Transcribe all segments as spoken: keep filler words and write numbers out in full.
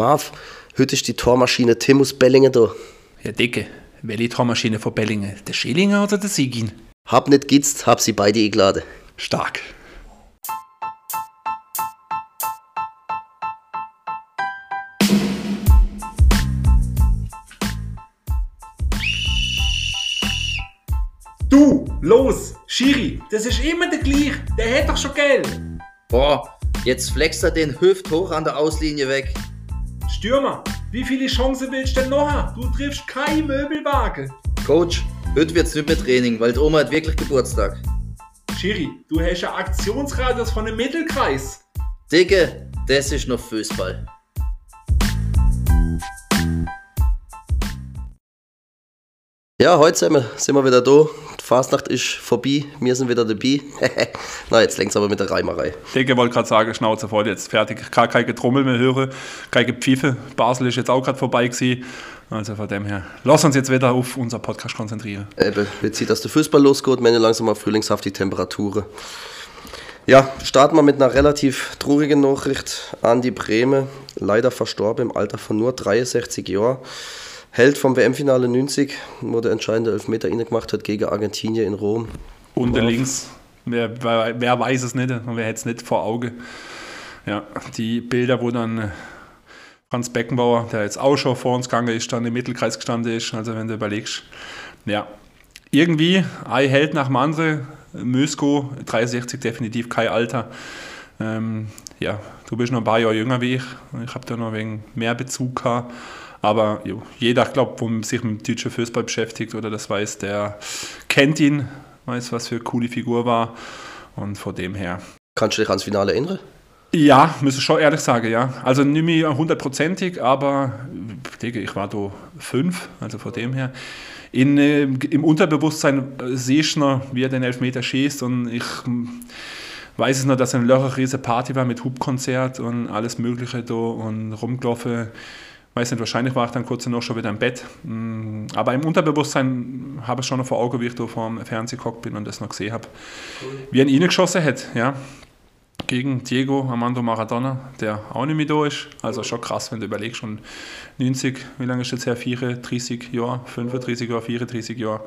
Marv, heute ist die Tormaschine Tim aus Bellingen da. Ja, Dicke, welche Tormaschine von Bellingen? Der Schillinger oder der Siegin? Hab nicht gitzt, hab sie beide eingeladen. Stark. Du, los, Schiri, das ist immer der gleiche, der hat doch schon Geld. Boah, jetzt flext er den Hüft hoch an der Auslinie weg. Stürmer, wie viele Chancen willst du denn noch haben? Du triffst kein Möbelwagen. Coach, heute wird's nicht mehr Training, weil die Oma hat wirklich Geburtstag. Schiri, du hast einen Aktionsradius von einem Mittelkreis. Dicke, das ist noch Fußball. Ja, heute sind wir, sind wir wieder da. Die Fastnacht ist vorbei, wir sind wieder dabei. Na, jetzt längst aber mit der Reimerei. Dicke wollte gerade sagen, Schnauze voll, jetzt fertig. Gar keine Trommel mehr hören, keine Pfeife. Basel ist jetzt auch gerade vorbei gewesen. Also von dem her, lass uns jetzt wieder auf unser Podcast konzentrieren. Eben, jetzt sieht, dass der Fußball losgeht, wir haben langsam mal frühlingshafte Temperaturen. Ja, starten wir mit einer relativ traurigen Nachricht. Andi Brehme, leider verstorben im Alter von nur dreiundsechzig Jahren. Held vom W M-Finale neunzig, wo der entscheidende Elfmeter reingemacht hat gegen Argentinien in Rom. Unten links, wer, wer, wer weiß es nicht und wer hätte es nicht vor Auge. Ja, die Bilder, wo dann Franz Beckenbauer, der jetzt auch schon vor uns gegangen ist, dann im Mittelkreis gestanden ist, also wenn du überlegst. Ja, irgendwie ein Held nach dem anderen, Mösko, dreiundsechzig, definitiv kein Alter. Ähm, ja, du bist noch ein paar Jahre jünger wie ich, ich habe da noch ein wenig mehr Bezug gehabt. Aber jo, jeder, glaube wo man sich mit dem deutschen Fußball beschäftigt oder das weiß, der kennt ihn, weiß, was für eine coole Figur war. Und von dem her. Kannst du dich ans Finale erinnern? Ja, muss ich schon ehrlich sagen, ja. Also nicht mehr hundertprozentig, aber Digga, ich war da fünf, also von dem her. In, äh, Im Unterbewusstsein äh, sehe ich noch, wie er den Elfmeter schießt und ich weiß es noch, dass eine riesige Party war mit Hubkonzert und alles Mögliche da und rumgelaufen. Weiß nicht, wahrscheinlich war ich dann kurz danach schon wieder im Bett. Aber im Unterbewusstsein habe ich schon noch vor Augen, wie ich da vor dem Fernseher gehockt bin und das noch gesehen habe. Cool. Wie er ihn geschossen hat, ja. Gegen Diego Armando Maradona, der auch nicht mehr da ist. Also schon krass, wenn du überlegst, schon neunzig, wie lange ist das her? vierunddreißig Jahre, fünfunddreißig Jahre, vierunddreißig Jahre.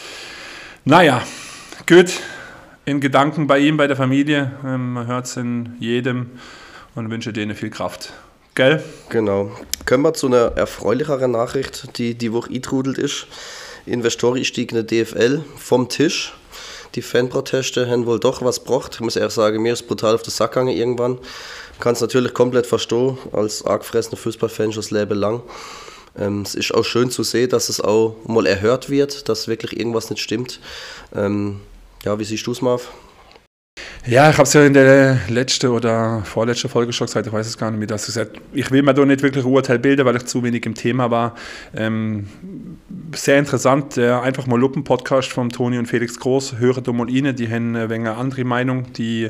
Naja, gut. In Gedanken bei ihm, bei der Familie. Man hört es in jedem und wünsche denen viel Kraft. Gell? Genau. Kommen wir zu einer erfreulicheren Nachricht, die die Woche eingetrudelt ist. Investoren stiegen in der D F L vom Tisch. Die Fanproteste haben wohl doch was gebracht. Ich muss ehrlich sagen, mir ist brutal auf den Sack gegangen irgendwann. Ich kann es natürlich komplett verstehen, als argfressener Fußballfan schon das Leben lang. Ähm, es ist auch schön zu sehen, dass es auch mal erhört wird, dass wirklich irgendwas nicht stimmt. Ähm, ja, wie siehst du es, Marv? Ja, ich habe es ja in der letzten oder vorletzten Folge schon gesagt, ich weiß es gar nicht mehr, dass ich gesagt ich will mir da nicht wirklich ein Urteil bilden, weil ich zu wenig im Thema war. Ähm, sehr interessant, der einfach mal Luppen-Podcast von Toni und Felix Groß, höre da mal rein, die haben ein wenig eine andere Meinung, die,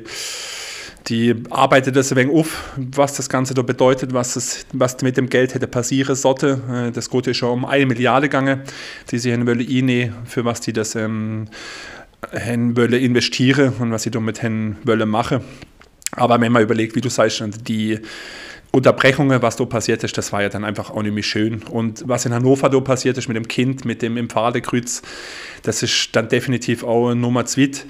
die arbeitet das ein wenig auf, was das Ganze da bedeutet, was, es, was mit dem Geld hätte passieren sollte. Das geht ja schon um eine Milliarde gegangen, die sie haben wollen einnehmen, für was die das ähm, haben wollen investieren und was sie damit haben wollen machen. Aber wenn man überlegt, wie du sagst, die Unterbrechungen, was da passiert ist, das war ja dann einfach auch nicht mehr schön. Und was in Hannover da passiert ist mit dem Kind, mit dem Pfadekreuz, das ist dann definitiv auch eine Nummer zweit.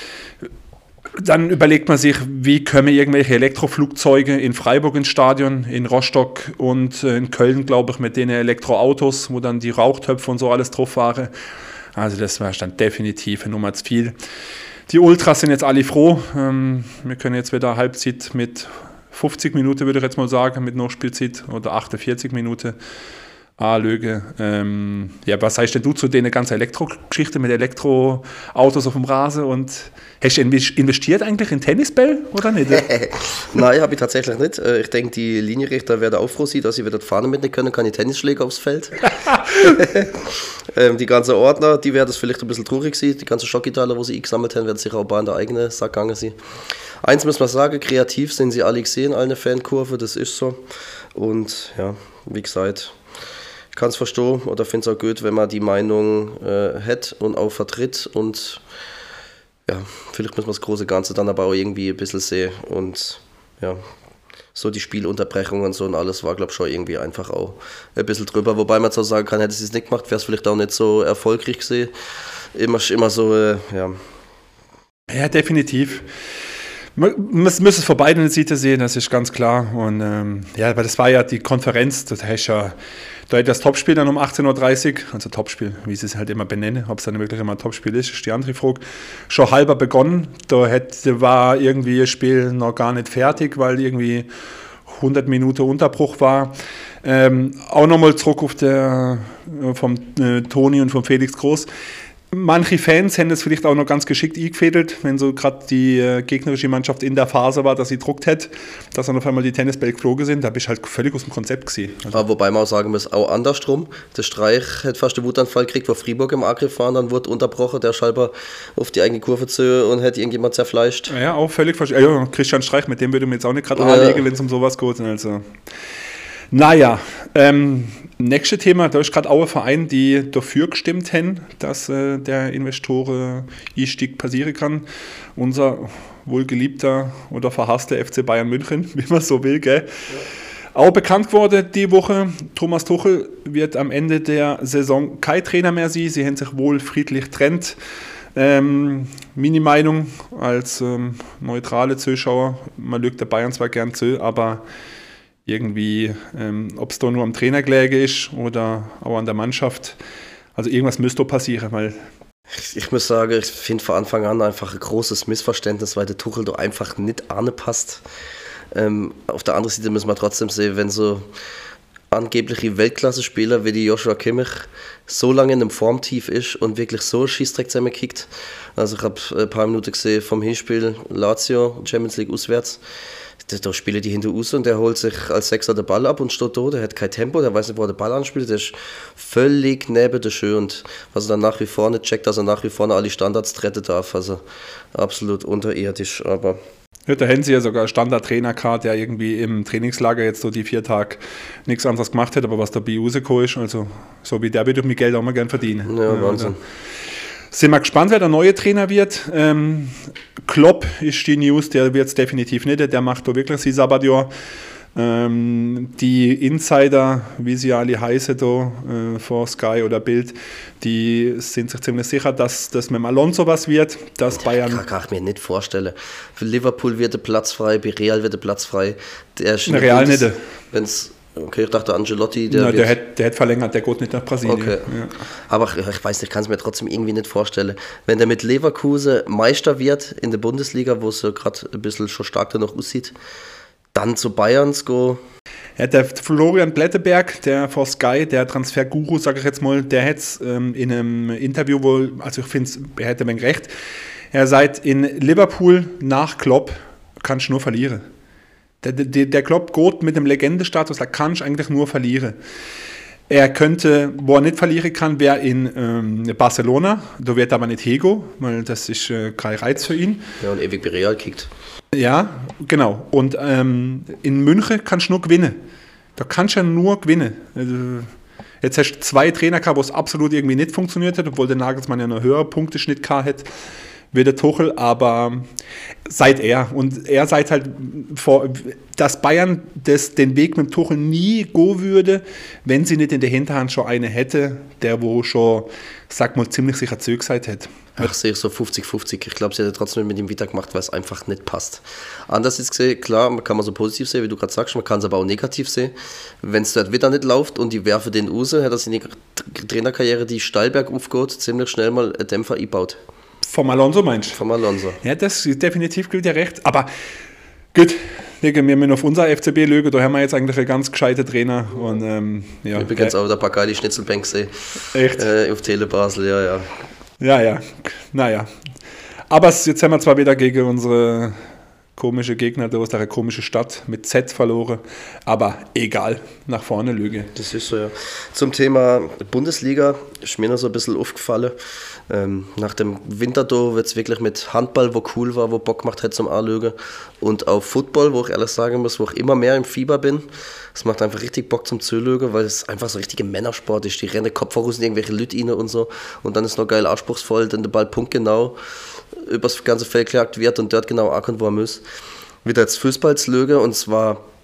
Dann überlegt man sich, wie können irgendwelche Elektroflugzeuge in Freiburg ins Stadion, in Rostock und in Köln, glaube ich, mit den Elektroautos, wo dann die Rauchtöpfe und so alles drauf waren. Also das war dann definitiv eine Nummer zu viel. Die Ultras sind jetzt alle froh. Ähm, wir können jetzt wieder Halbzeit mit fünfzig Minuten, würde ich jetzt mal sagen, mit Nachspielzeit oder achtundvierzig Minuten anlegen. Ähm, ja, was sagst denn du zu den ganzen Elektrogeschichten mit Elektroautos auf dem Rasen? Und hast du investiert eigentlich in Tennisbälle oder nicht? Nein, habe ich tatsächlich nicht. Ich denke, die Linienrichter werden auch froh sein, dass sie wieder die Fahne mitnehmen können, keine Tennisschläge aufs Feld. ähm, die ganzen Ordner, die werden es vielleicht ein bisschen traurig sein. Die ganzen Schockitaler, die sie eingesammelt haben, werden sicher auch bei der eigenen Sack gegangen sein. Eins muss man sagen, kreativ sind sie alle gesehen, alle Fankurve, das ist so. Und ja, wie gesagt, ich kann es verstehen oder finde es auch gut, wenn man die Meinung äh, hat und auch vertritt. Und ja, vielleicht muss man das große Ganze dann aber auch irgendwie ein bisschen sehen. Und ja, so die Spielunterbrechung und so und alles war, glaube ich, schon irgendwie einfach auch ein bisschen drüber. Wobei man so sagen kann, hätte sie es nicht gemacht, wäre es vielleicht auch nicht so erfolgreich gewesen. Immer, immer so, äh, ja. Ja, definitiv. Man müsste es vor beiden Seiten sehen, das ist ganz klar. Und ähm, ja, weil das war ja die Konferenz, das heißt ja, da hat das Topspiel dann um achtzehn Uhr dreißig, also Topspiel, wie sie es halt immer benennen, ob es dann wirklich immer ein Topspiel ist, ist die andere Frage, schon halber begonnen. Da hätte, war irgendwie das Spiel noch gar nicht fertig, weil irgendwie hundert Minuten Unterbruch war. Ähm, auch nochmal zurück auf der, vom äh, Toni und vom Felix Groß. Manche Fans hätten es vielleicht auch noch ganz geschickt eingefädelt, wenn so gerade die äh, gegnerische Mannschaft in der Phase war, dass sie druckt hat, dass dann auf einmal die Tennisbälle geflogen sind. Da bist du halt völlig aus dem Konzept gesehen. Also aber wobei man auch sagen muss, auch andersrum. Der Streich hat fast einen Wutanfall gekriegt, wo Fribourg im Angriff war, dann wurde unterbrochen, der Schalber auf die eigene Kurve zu und hat irgendjemand zerfleischt. Ja, auch völlig verständlich. Ja, Christian Streich, mit dem würde man jetzt auch nicht gerade ja. anlegen, wenn es um sowas geht. Also. Naja, ähm, nächstes Thema, da ist gerade auch ein Verein, die dafür gestimmt haben, dass äh, der Investoren-Einstieg passieren kann. Unser wohlgeliebter oder verhasster F C Bayern München, wie man so will, gell? Ja. Auch bekannt geworden die Woche, Thomas Tuchel wird am Ende der Saison kein Trainer mehr sein. Sie haben sich wohl friedlich getrennt. Ähm, meine Meinung als ähm, neutrale Zuschauer, man lügt der Bayern zwar gern zu, aber irgendwie, ähm, ob es da nur am Trainer gelegen ist oder auch an der Mannschaft. Also irgendwas müsste da passieren, weil... Ich muss sagen, ich finde von Anfang an einfach ein großes Missverständnis, weil der Tuchel da einfach nicht anpasst. Ähm, auf der anderen Seite müssen wir trotzdem sehen, wenn so angebliche Weltklasse-Spieler wie die Joshua Kimmich so lange in einem Formtief ist und wirklich so Schießdreck zusammenkickt. Also ich habe ein paar Minuten gesehen vom Hinspiel Lazio, Champions League auswärts. Da spielt die hinter raus und der holt sich als Sechser den Ball ab und steht da, der hat kein Tempo, der weiß nicht, wo er den Ball anspielt, der ist völlig neben der Schuhe und was er dann nach wie vor nicht checkt, dass er nach wie vor alle Standards retten darf, also absolut unterirdisch, aber... Ja, da hätten sie ja sogar einen Standard-Trainer gehabt, der irgendwie im Trainingslager jetzt so die vier Tage nichts anderes gemacht hat, aber was da bei rausgekommen ist, also so wie der würde ich mir Geld auch mal gern verdienen. Ja, Wahnsinn. Ja, sind wir gespannt, wer der neue Trainer wird. Ähm, Klopp ist die News, der wird es definitiv nicht, der macht da wirklich sein Sabbatjahr. Ähm, die Insider, wie sie alle heißen, da, äh, vor Sky oder Bild, die sind sich ziemlich sicher, dass das mit dem Alonso was wird, dass Bayern... Kann, kann ich mir nicht vorstellen. Für Liverpool wird der Platz frei, bei Real wird der Platz frei. Der ist Real nicht. Wenn's Okay, ich dachte Ancelotti, der, Na, der, hat, der hat verlängert, der geht nicht nach Brasilien. Okay. Ja. Aber ich, ich weiß nicht, ich kann es mir trotzdem irgendwie nicht vorstellen. Wenn der mit Leverkusen Meister wird in der Bundesliga, wo es ja gerade ein bisschen schon stark danach aussieht, dann zu Bayerns go. Ja, der Florian Blätterberg, der vor Sky, der Transferguru, sage ich jetzt mal, der hat es ähm, in einem Interview wohl, also ich finde, er hätte mir recht, er sagt, in Liverpool nach Klopp kannst du nur verlieren. Der, der, der Klopp geht mit dem Legendestatus, da kannst du eigentlich nur verlieren. Er könnte, wo er nicht verlieren kann, wäre in ähm, Barcelona. Da wird aber nicht Hego, weil das ist äh, kein Reiz für ihn. Ja, und ewig bei Real kickt. Ja, genau. Und ähm, in München kannst du nur gewinnen. Da kannst du ja nur gewinnen. Also, jetzt hast du zwei Trainer gehabt, wo es absolut irgendwie nicht funktioniert hat, obwohl der Nagelsmann ja einen höheren Punkteschnitt gehabt hat wie der Tuchel, aber seit er. Und er sagt halt, vor, dass Bayern das, den Weg mit dem Tuchel nie gehen würde, wenn sie nicht in der Hinterhand schon eine hätte, der wo schon, sag mal, ziemlich sicher zugesagt hätte. Ach, sehe ich so fünfzig fünfzig. Ich glaube, sie hätte trotzdem mit ihm weitergemacht, weil es einfach nicht passt. Anders ist gesehen, klar, man kann man so positiv sehen, wie du gerade sagst, man kann es aber auch negativ sehen. Wenn es dort wieder nicht läuft und die werfen den raus, hat er seine Trainerkarriere, die steil bergauf geht, ziemlich schnell mal einen Dämpfer eingebaut. Vom Alonso meinst du? Vom Alonso. Ja, das ist definitiv gilt ja recht. Aber gut, wir müssen auf unser F C B lügen, da haben wir jetzt eigentlich einen ganz gescheiten Trainer. Und, ähm, ja. Übrigens auch der Pakali Schnitzelbank gesehen. Echt? Äh, auf Tele Basel, ja, ja. Ja, ja, naja. Aber jetzt haben wir zwar wieder gegen unsere komische Gegner aus der komischen Stadt mit Z verloren, aber egal, nach vorne lüge. Das ist so, ja. Zum Thema Bundesliga ist mir noch so ein bisschen aufgefallen. Ähm, nach dem Winter da wird es wirklich mit Handball, wo cool war, wo Bock gemacht hat zum Anlügen, und auf Football, wo ich ehrlich sagen muss, wo ich immer mehr im Fieber bin. Es macht einfach richtig Bock zum Zulügen, weil es einfach so richtige Männersport ist. Die rennen Kopf voraus in irgendwelche Leute rein und so, und dann ist es noch geil anspruchsvoll, denn der Ball punktgenau übers ganze Feld gejagt wird und dort genau ankommt, wo er muss. Wieder jetzt Fußball zu lügen, und zwar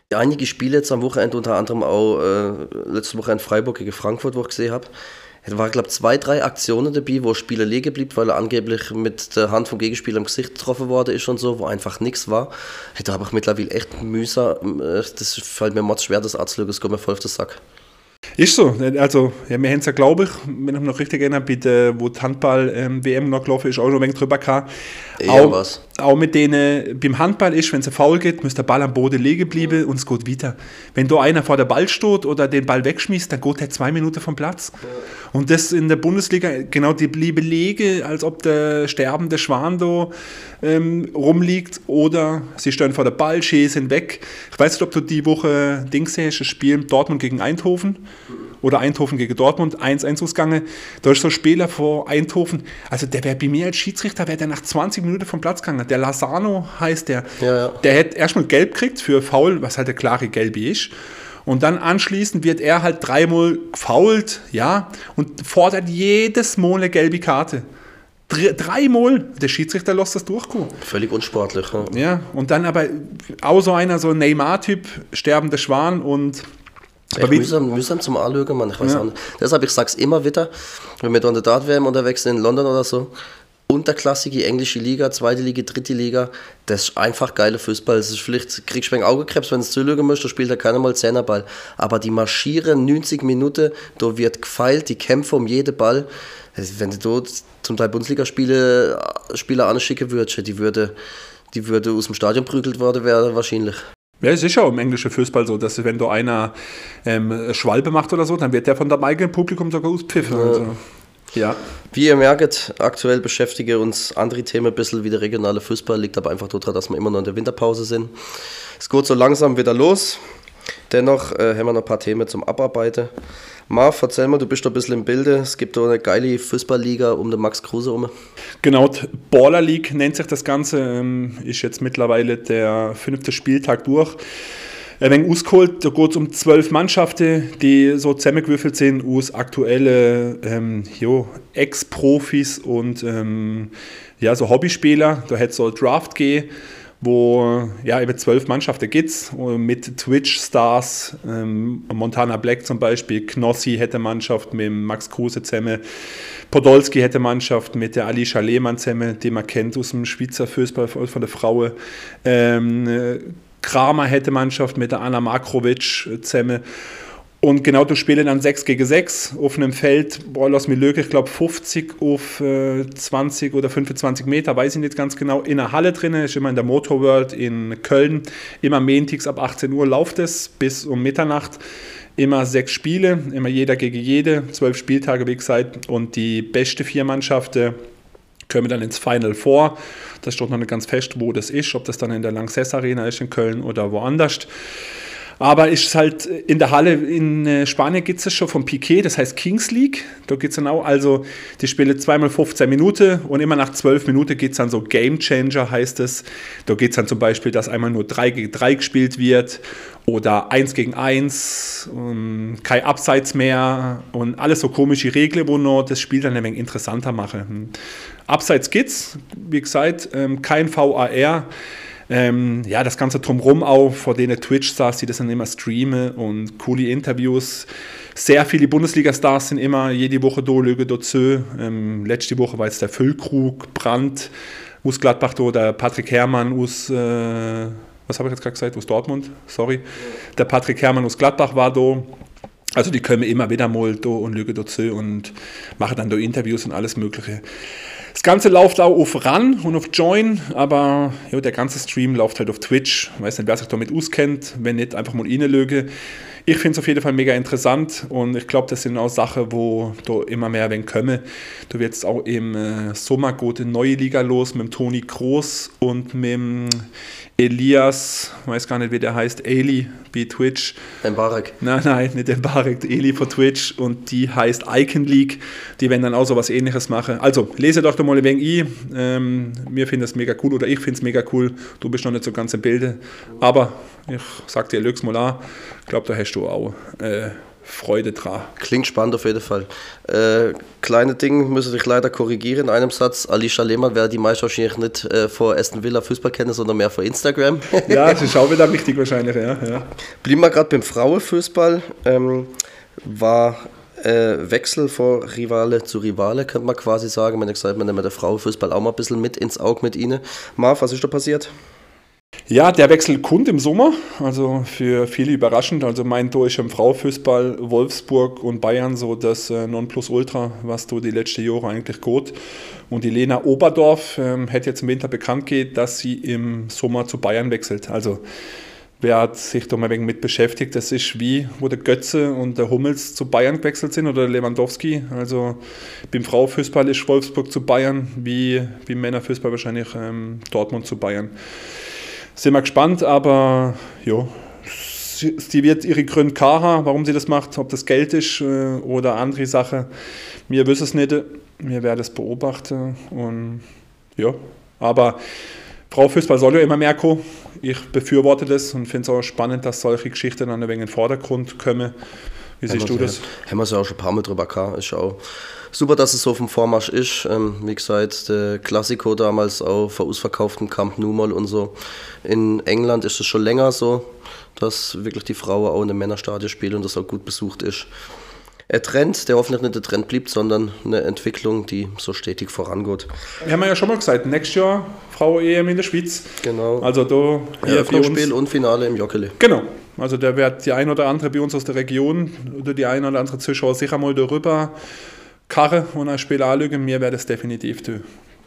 Einige Spiele jetzt am Wochenende, unter anderem auch äh, letzte Woche in Freiburg gegen Frankfurt, wo ich gesehen habe. Es waren, glaube ich, zwei, drei Aktionen dabei, wo ein Spieler liegen blieb, weil er angeblich mit der Hand vom Gegenspieler im Gesicht getroffen worden ist und so, wo einfach nichts war. Da habe ich mittlerweile echt mühsam, das fällt mir mal schwer, das anzuschauen, es geht mir voll auf den Sack. Ist so, also ja, wir haben es ja, glaube ich, wenn ich mich noch richtig erinnere, bei der, wo die Handball-W M ähm, noch gelaufen ist, auch noch ein wenig drüber gehabt. Ja, auch, was? auch mit denen, beim Handball ist, wenn es ein Foul geht, muss der Ball am Boden liegen bleiben und es geht weiter. Wenn da einer vor der Ball steht oder den Ball wegschmeißt, dann geht er zwei Minuten vom Platz. Ja. Und das in der Bundesliga, genau die bliebe liegen, als ob der sterbende Schwan da ähm, rumliegt oder sie stehen vor der Ball, schießen weg. Ich weiß nicht, ob du die Woche Dings siehst, das Spiel Dortmund gegen Eindhoven. Oder Eindhoven gegen Dortmund, eins eins ausgegangen. Da ist so ein Spieler vor Eindhoven, also der wäre bei mir als Schiedsrichter, wäre der nach zwanzig Minuten vom Platz gegangen. Der Lozano heißt der. Ja, ja. Der hätte erstmal gelb gekriegt für Foul, was halt der klare Gelbe ist. Und dann anschließend wird er halt dreimal gefoult, ja, und fordert jedes Mal eine gelbe Karte. Dr- dreimal, der Schiedsrichter lässt das durchkommen. Völlig unsportlich. Ja, ja, und dann aber auch so einer, so ein Neymar-Typ, sterbender Schwan und aber mühsam, mühsam zum Anschauen, Mann. Ich weiß ja. auch nicht. Deshalb, ich sag's immer wieder, wenn wir da in der Dart-W M unterwegs sind, in London oder so, unterklassige englische Liga, zweite Liga, dritte Liga, das ist einfach geiler Fußball. Das ist vielleicht, kriegst du ein Augekrebs, wenn du es zuschauen musst, da spielt ja keiner mal Zehnerball. Aber die marschieren neunzig Minuten, da wird gefeilt, die kämpfen um jeden Ball. Wenn du dort zum Teil Bundesligaspiele Spieler anschicken würdest, die würde, die würde aus dem Stadion prügelt worden werden, wahrscheinlich. Ja, es ist ja im englischen Fußball so, dass wenn da einer ähm, Schwalbe macht oder so, dann wird der von dem eigenen Publikum sogar auspfiffen. Ja. Also. Ja. Wie ihr merkt, aktuell beschäftigen uns andere Themen ein bisschen wie der regionale Fußball, liegt aber einfach daran, dass wir immer noch in der Winterpause sind. Es geht so langsam wieder los, dennoch äh, haben wir noch ein paar Themen zum Abarbeiten. Marv, erzähl mal, du bist doch ein bisschen im Bilde. Es gibt da eine geile Fußballliga um den Max Kruse herum. Genau, die Baller League nennt sich das Ganze. Ähm, ist jetzt mittlerweile der fünfte Spieltag durch. Ein wenig ausgeholt, da geht es um zwölf Mannschaften, die so zusammengewürfelt sind aus aktuellen ähm, Ex-Profis und ähm, ja, so Hobbyspieler. Da hätte es so ein Draft gehen, wo ja über zwölf Mannschaften gibt es, mit Twitch-Stars, ähm, Montana Black zum Beispiel, Knossi hätte Mannschaft mit Max Kruse zusammen, Podolski hätte Mannschaft mit der Alicia Lehmann zusammen, die man kennt aus dem Schweizer Fußball von der Frauen, ähm, Kramer hätte Mannschaft mit der Anna Markovic zusammen. Und genau, du spielst dann sechs gegen sechs auf einem Feld, boah, lass mich lügen, ich glaube fünfzig auf äh, zwanzig oder fünfundzwanzig Meter, weiß ich nicht ganz genau, in der Halle drin, ist immer in der Motor World in Köln, immer montags ab achtzehn Uhr läuft es bis um Mitternacht, immer sechs Spiele, immer jeder gegen jede, zwölf Spieltage, wie gesagt, und die beste vier Mannschaften kommen dann ins Final Four. Das steht noch nicht ganz fest, wo das ist, ob das dann in der Lanxess Arena ist in Köln oder woanders. Aber ist halt in der Halle in Spanien gibt es das schon vom Piquet, das heißt Kings League. Da geht es dann auch, also die spielen zweimal fünfzehn Minuten und immer nach zwölf Minuten geht es dann so Game Changer, heißt es. Da geht es dann zum Beispiel, dass einmal nur drei gegen drei gespielt wird oder eins gegen eins, kein Abseits mehr und alles so komische Regeln, wo noch das Spiel dann ein wenig interessanter machen. Abseits gibt's, wie gesagt, kein V A R. Ähm, ja, das Ganze drumherum auch, vor denen Twitch-Stars, die das dann immer streamen und coole Interviews. Sehr viele Bundesliga-Stars sind immer jede Woche da, Löge dazu. Ähm, letzte Woche war jetzt der Füllkrug, Brandt aus Gladbach da, der Patrick Herrmann aus, äh, was habe ich jetzt gerade gesagt, aus Dortmund, sorry. Der Patrick Herrmann aus Gladbach war da. Also die kommen immer wieder mal da und Löge dazu und machen dann da Interviews und alles Mögliche. Das Ganze läuft auch auf Run und auf Join, aber ja, der ganze Stream läuft halt auf Twitch. Ich weiß nicht, wer sich damit auskennt, wenn nicht, einfach mal reinlöge. Ich finde es auf jeden Fall mega interessant und ich glaube, das sind auch Sachen, wo da immer mehr wenn kommen. Da wird es auch im äh, Sommer geht eine neue Liga los mit dem Toni Kroos und mit dem Elias, ich weiß gar nicht, wie der heißt, Eli bei Twitch. Mbarek. Nein, nein, nicht Mbarek, Eli von Twitch und die heißt Icon League. Die werden dann auch so was Ähnliches machen. Also, lese doch da mal ein wenig ein. Ähm, wir finden das mega cool oder ich finde es mega cool. Du bist noch nicht so ganz im Bilde. Aber ich sag dir, lög's mal an. Ich glaube, da hast du auch äh, Freude dran. Klingt spannend auf jeden Fall. Äh, kleine Ding, müssen ich leider korrigieren in einem Satz. Alicia Lehmann werde die meist wahrscheinlich nicht äh, vor Aston Villa Fußball kennen, sondern mehr vor Instagram. Ja, das ist auch wieder wichtig wahrscheinlich, ja. ja. Blieben wir gerade beim Frauenfußball. Ähm, war äh, Wechsel von Rivale zu Rivale, könnte man quasi sagen. Man hat gesagt, man nimmt den Frauenfußball auch mal ein bisschen mit ins Auge mit ihnen. Marv, was ist da passiert? Ja, der Wechsel kommt im Sommer, also für viele überraschend. Also mein durch im Frauenfußball Wolfsburg und Bayern so das äh, Nonplusultra, was du die letzten Jahre eigentlich geht. Und die Lena Oberdorf ähm, hätte jetzt im Winter bekannt gegeben, dass sie im Sommer zu Bayern wechselt. Also wer hat sich da mal ein wenig mit beschäftigt? Das ist wie, wo der Götze und der Hummels zu Bayern gewechselt sind oder der Lewandowski. Also beim Frauenfußball ist Wolfsburg zu Bayern, wie beim Männerfußball wahrscheinlich ähm, Dortmund zu Bayern. Sind wir gespannt, aber ja, sie, sie wird ihre Gründe haben, warum sie das macht, ob das Geld ist äh, oder andere Sachen. Wir wissen es nicht, wir werden es beobachten und ja, aber Frauenfußball soll ja immer mehr kommen. Ich befürworte das und finde es auch spannend, dass solche Geschichten dann ein wenig in den Vordergrund kommen. Wie siehst du das? Haben wir es ja auch schon ein paar Mal drüber gehabt. Ist auch super, dass es so auf dem Vormarsch ist. Ähm, wie gesagt, der Klassiko damals auch vor ausverkauftem Camp Nou mal und so. In England ist es schon länger so, dass wirklich die Frauen auch in einem Männerstadion spielen und das auch gut besucht ist. Ein Trend, der hoffentlich nicht der Trend bleibt, sondern eine Entwicklung, die so stetig vorangeht. Wir haben ja schon mal gesagt, nächstes Jahr Frauen-E M in der Schweiz. Genau. Also da Eröffnungsspiel und Finale im Joggeli. Genau. Also da wird die ein oder andere bei uns aus der Region oder die ein oder andere Zuschauer sicher mal darüber karren und ein Spiel anlegen. Mir wäre das definitiv tun.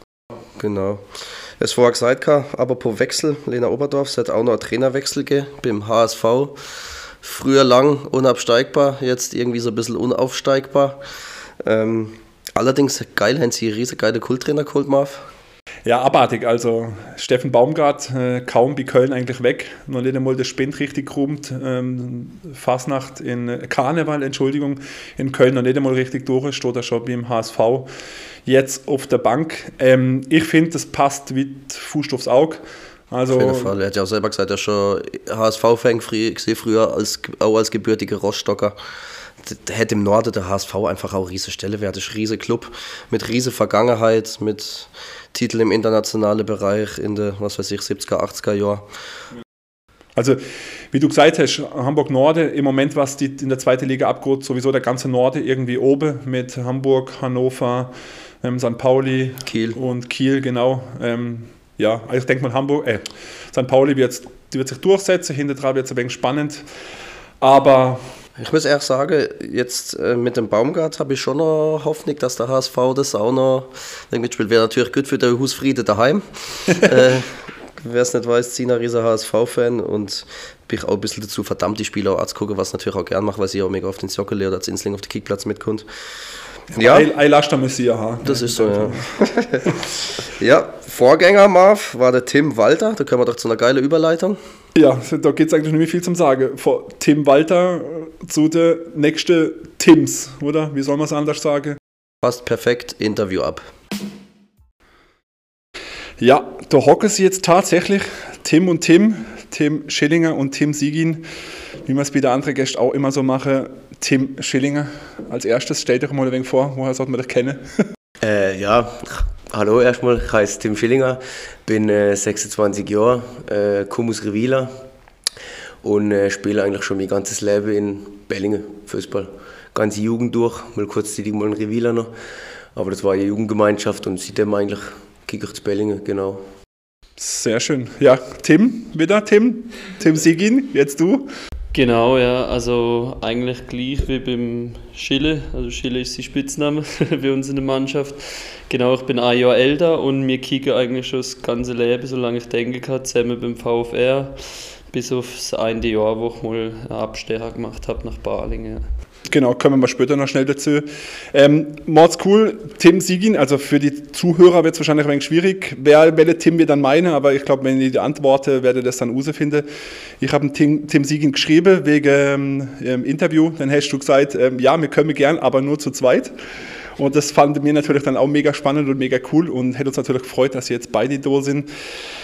Genau. Es vorher gesagt, aber pro Wechsel, Lena Oberdorf, es hat auch noch einen Trainerwechsel gegeben beim H S V. Früher lang unabsteigbar, jetzt irgendwie so ein bisschen unaufsteigbar. Ähm, allerdings geil, haben sie einen riesen geile Kulttrainer geholt, Marv. Ja, abartig. Also Steffen Baumgart, äh, kaum wie Köln eigentlich weg. Noch nicht einmal der Spind richtig geräumt. Ähm, Fasnacht in äh, Karneval, Entschuldigung, in Köln noch nicht einmal richtig durch. Steht er schon beim H S V. Jetzt auf der Bank. Ähm, ich finde, das passt wie Fuß aufs Auge. Also, auf jeden Fall. Er hat ja auch selber gesagt, er ist schon H S V-Fan gesehen früher, als, auch als gebürtiger Rostocker. Der hätte im Norden der H S V einfach auch riesige Stelle wäre. Das ist ein riesiger Club mit riesiger Vergangenheit, mit Titel im internationalen Bereich in den, was weiß ich, siebziger, achtziger Jahren. Also, wie du gesagt hast, Hamburg-Norde, im Moment, was die in der zweiten Liga abgeht, sowieso der ganze Norde irgendwie oben mit Hamburg, Hannover, ähm, Sankt Pauli Kiel. und Kiel, genau. Ähm, ja, also ich denke mal, Hamburg, äh, Sankt Pauli wird, die wird sich durchsetzen, hinter dran wird es ein wenig spannend, aber... Ich muss ehrlich sagen, jetzt äh, mit dem Baumgart habe ich schon noch Hoffnung, dass der H S V das auch noch mitspielt. Wäre natürlich gut für den Husfriede daheim. äh, Wer es nicht weiß, Zina riesen H S V-Fan und bin ich auch ein bisschen dazu verdammt, die Spiele auch anzugucken, was ich natürlich auch gerne mache, weil sie auch mega auf den Joggeli oder als Insling auf den Kickplatz mitkommt. Ja, ein Laster müsste ja haben. Das ist so, ja. Ja, Vorgänger Marv war der Tim Walter, da können wir doch zu einer geilen Überleitung. Ja, da geht es eigentlich nicht mehr viel zum Sagen. Von Tim Walter zu der nächsten Tims, oder? Wie soll man es anders sagen? Passt perfekt, Interview ab. Ja, da hocken sie jetzt tatsächlich, Tim und Tim, Tim Schillinger und Tim Siegin, wie wir es bei den anderen Gästen auch immer so machen. Tim Schillinger als erstes, stell dir mal ein wenig vor, woher sollte man dich kennen? Äh, ja, hallo erstmal, ich heiße Tim Schillinger, bin äh, sechsundzwanzig Jahre, äh, komme aus Revila und äh, spiele eigentlich schon mein ganzes Leben in Bellingen Fußball. Ganze Jugend durch, mal kurzzeitig mal in Revila noch, aber das war eine Jugendgemeinschaft und seitdem eigentlich kicke ich zu Bellingen, genau. Sehr schön. Ja, Tim, wieder Tim, Tim Siegin, jetzt du. Genau, ja, also eigentlich gleich wie beim Schille, also Schille ist die Spitzname bei uns in der Mannschaft. Genau, ich bin ein Jahr älter und wir kicken eigentlich schon das ganze Leben, solange ich denken kann, zusammen beim VfR, bis auf das eine Jahr, wo ich mal einen Abstecher gemacht habe nach Balingen. Ja. Genau, kommen wir mal später noch schnell dazu. Ähm, Mords cool, Tim Siegin, also für die Zuhörer wird es wahrscheinlich ein wenig schwierig, wer welche Tim wir dann meinen, aber ich glaube, wenn ich die antworte, werde ich das dann rausfinden. Ich habe Tim, Tim Siegin geschrieben wegen ähm, Interview, dann hast du gesagt, ähm, ja, wir können gern, aber nur zu zweit. Und das fanden wir natürlich dann auch mega spannend und mega cool und hätte uns natürlich gefreut, dass sie jetzt beide da sind.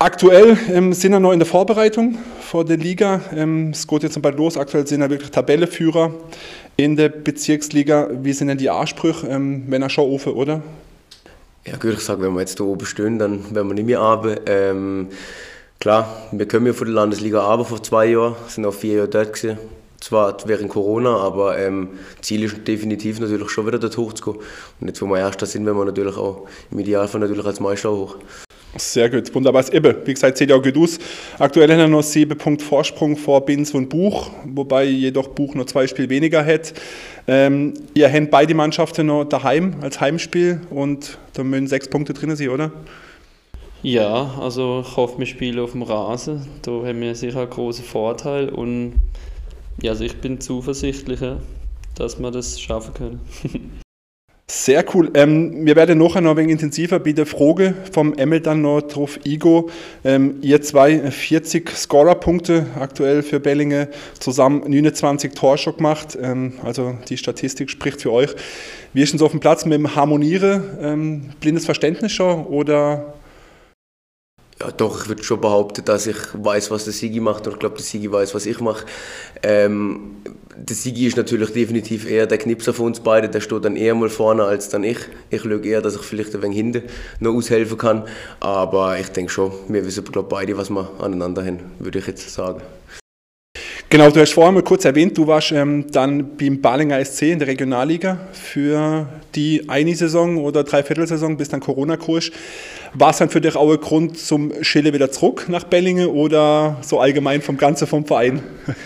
Aktuell ähm, sind wir noch in der Vorbereitung vor der Liga. Ähm, es geht jetzt bald los. Aktuell sind wir wirklich Tabellenführer in der Bezirksliga. Wie sind denn die Ansprüche, ähm, wenn er schon offen, oder? Ja, gut, ich sage, wenn wir jetzt da oben stehen, dann werden wir nicht mehr arbeiten. Ähm, klar, wir kommen ja von der Landesliga aber vor zwei Jahren, sind auch vier Jahre dort gewesen. Zwar während Corona, aber ähm, Ziel ist definitiv natürlich schon wieder dort hochzukommen. Und jetzt, wo wir Erster sind, werden wir natürlich auch im Idealfall natürlich als Meister hoch. Sehr gut, wunderbar. Eben, wie gesagt, zehn Jahre geht aus. Aktuell haben wir noch sieben Punkte Vorsprung vor Binz und Buch, wobei jedoch Buch noch zwei Spiele weniger hat. Ähm, ihr habt beide Mannschaften noch daheim als Heimspiel und da müssen sechs Punkte drin sein, oder? Ja, also ich hoffe, wir spielen auf dem Rasen. Da haben wir sicher einen großen Vorteil und ja, also ich bin zuversichtlicher, dass wir das schaffen können. Sehr cool. Ähm, wir werden nachher noch ein wenig intensiver bei der Frage vom Emil dann noch drauf eingehen. Ähm, ihr zwei vierzig Scorer-Punkte aktuell für Bellinge, zusammen neunundzwanzig Tore schon gemacht. Ähm, also die Statistik spricht für euch. Wie ist denn so auf dem Platz mit dem Harmonieren? Ähm, blindes Verständnis schon oder? Ja, doch, ich würde schon behaupten, dass ich weiß, was der Sigi macht und ich glaube, der Sigi weiß, was ich mache. Ähm, der Sigi ist natürlich definitiv eher der Knipser von uns beiden, der steht dann eher mal vorne als dann ich. Ich schaue eher, dass ich vielleicht ein wenig hinten noch aushelfen kann, aber ich denke schon, wir wissen glaube beide, was wir aneinander haben, würde ich jetzt sagen. Genau, du hast vorhin mal kurz erwähnt, du warst ähm, dann beim Balinger S C in der Regionalliga für die eine Saison oder Dreiviertelsaison, bis dann Corona kam. War es dann für dich auch ein Grund zum Schille wieder zurück nach Bellinge oder so allgemein vom Ganzen vom Verein?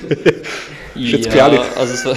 Ja, also es war,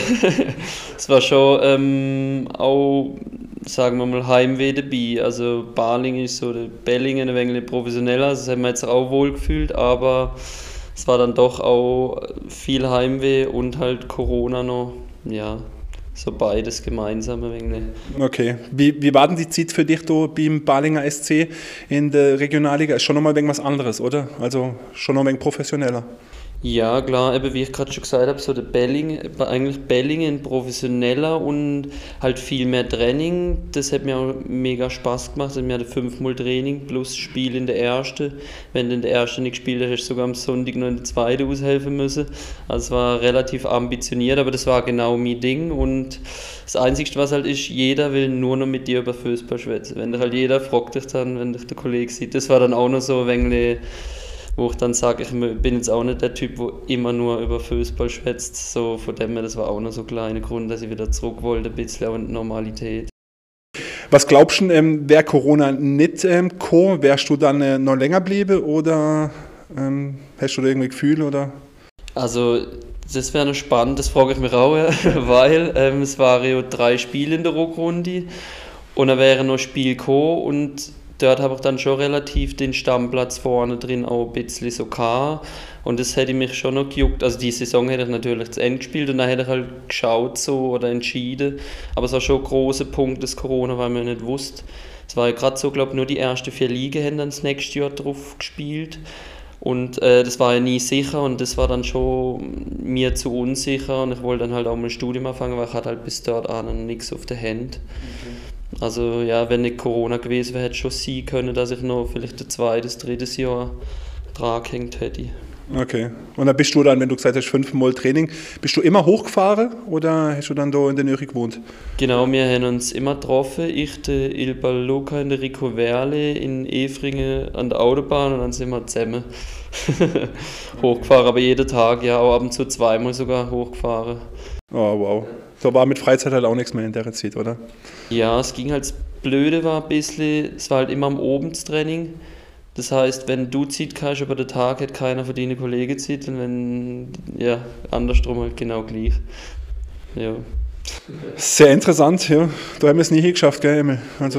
es war schon ähm, auch, sagen wir mal, Heimweh dabei. Also Balingen ist so, der Bellingen ein wenig professioneller, das haben wir jetzt auch wohl gefühlt, aber es war dann doch auch viel Heimweh und halt Corona noch, ja, so beides gemeinsam ein wenig. Okay, wie, wie war denn die Zeit für dich da beim Balinger S C in der Regionalliga? Ist schon nochmal ein wenig was anderes, oder? Also schon noch ein wenig professioneller. Ja, klar, eben wie ich gerade schon gesagt habe, so der Belling, eigentlich Bellingen professioneller und halt viel mehr Training. Das hat mir auch mega Spaß gemacht. Also wir hatten fünfmal Training plus Spiel in der ersten. Wenn du in der ersten nicht gespielt hast, hast du sogar am Sonntag noch in der zweiten aushelfen müssen. Also es war relativ ambitioniert, aber das war genau mein Ding. Und das Einzige, was halt ist, jeder will nur noch mit dir über Fußball schwätzen. Wenn dich halt jeder fragt dich dann, wenn dich der Kollege sieht. Das war dann auch noch so ein wenig, wo ich dann sage, ich bin jetzt auch nicht der Typ, der immer nur über Fußball schwätzt. So, von dem her, das war auch noch so ein kleiner Grund, dass ich wieder zurück wollte, ein bisschen auch in die Normalität. Was glaubst du, ähm, wäre Corona nicht ähm, gekommen, wärst du dann äh, noch länger geblieben oder ähm, hast du da irgendwie Gefühl? Oder? Also, das wäre noch spannend, das frage ich mich auch, weil ähm, es waren ja drei Spiele in der Rückrunde und dann wäre noch ein Spiel gekommen und dort habe ich dann schon relativ den Stammplatz vorne drin auch ein bisschen so gehabt. Und das hätte mich schon noch gejuckt. Also die Saison hätte ich natürlich zu Ende gespielt und dann hätte ich halt geschaut so oder entschieden. Aber es war schon ein grosser Punkt des Corona, weil man nicht wusste. Es war ja gerade so, glaube ich, nur die ersten vier Ligen haben dann das nächste Jahr drauf gespielt. Und äh, das war ja nie sicher und das war dann schon mir zu unsicher. Und ich wollte dann halt auch mal ein Studium anfangen, weil ich hatte halt bis dort auch noch nichts auf der Hand. Okay. Also ja, wenn nicht Corona gewesen wäre, hätte es schon sein können, dass ich noch vielleicht ein zweites, drittes Jahr dran gehängt hätte. Okay. Und dann bist du dann, wenn du gesagt hast, fünfmal Training, bist du immer hochgefahren oder hast du dann da in der Nähe gewohnt? Genau, wir haben uns immer getroffen. Ich, der Ilbal Luca und der Rico Werle in Efringen an der Autobahn und dann sind wir zusammen hochgefahren. Aber jeden Tag, ja, auch ab und zu zweimal sogar hochgefahren. Oh, wow. Da war mit Freizeit halt auch nichts mehr in der Zeit, oder? Ja, es ging halt, das Blöde war ein bisschen, es war halt immer am Abendstraining. Das heißt, wenn du Zeit hast, über den Tag hat keiner von deinen Kollegen Zeit und wenn, ja, andersrum halt genau gleich. Ja. Sehr interessant, ja. Da haben wir es nie hingeschafft, gell, Emil? Also,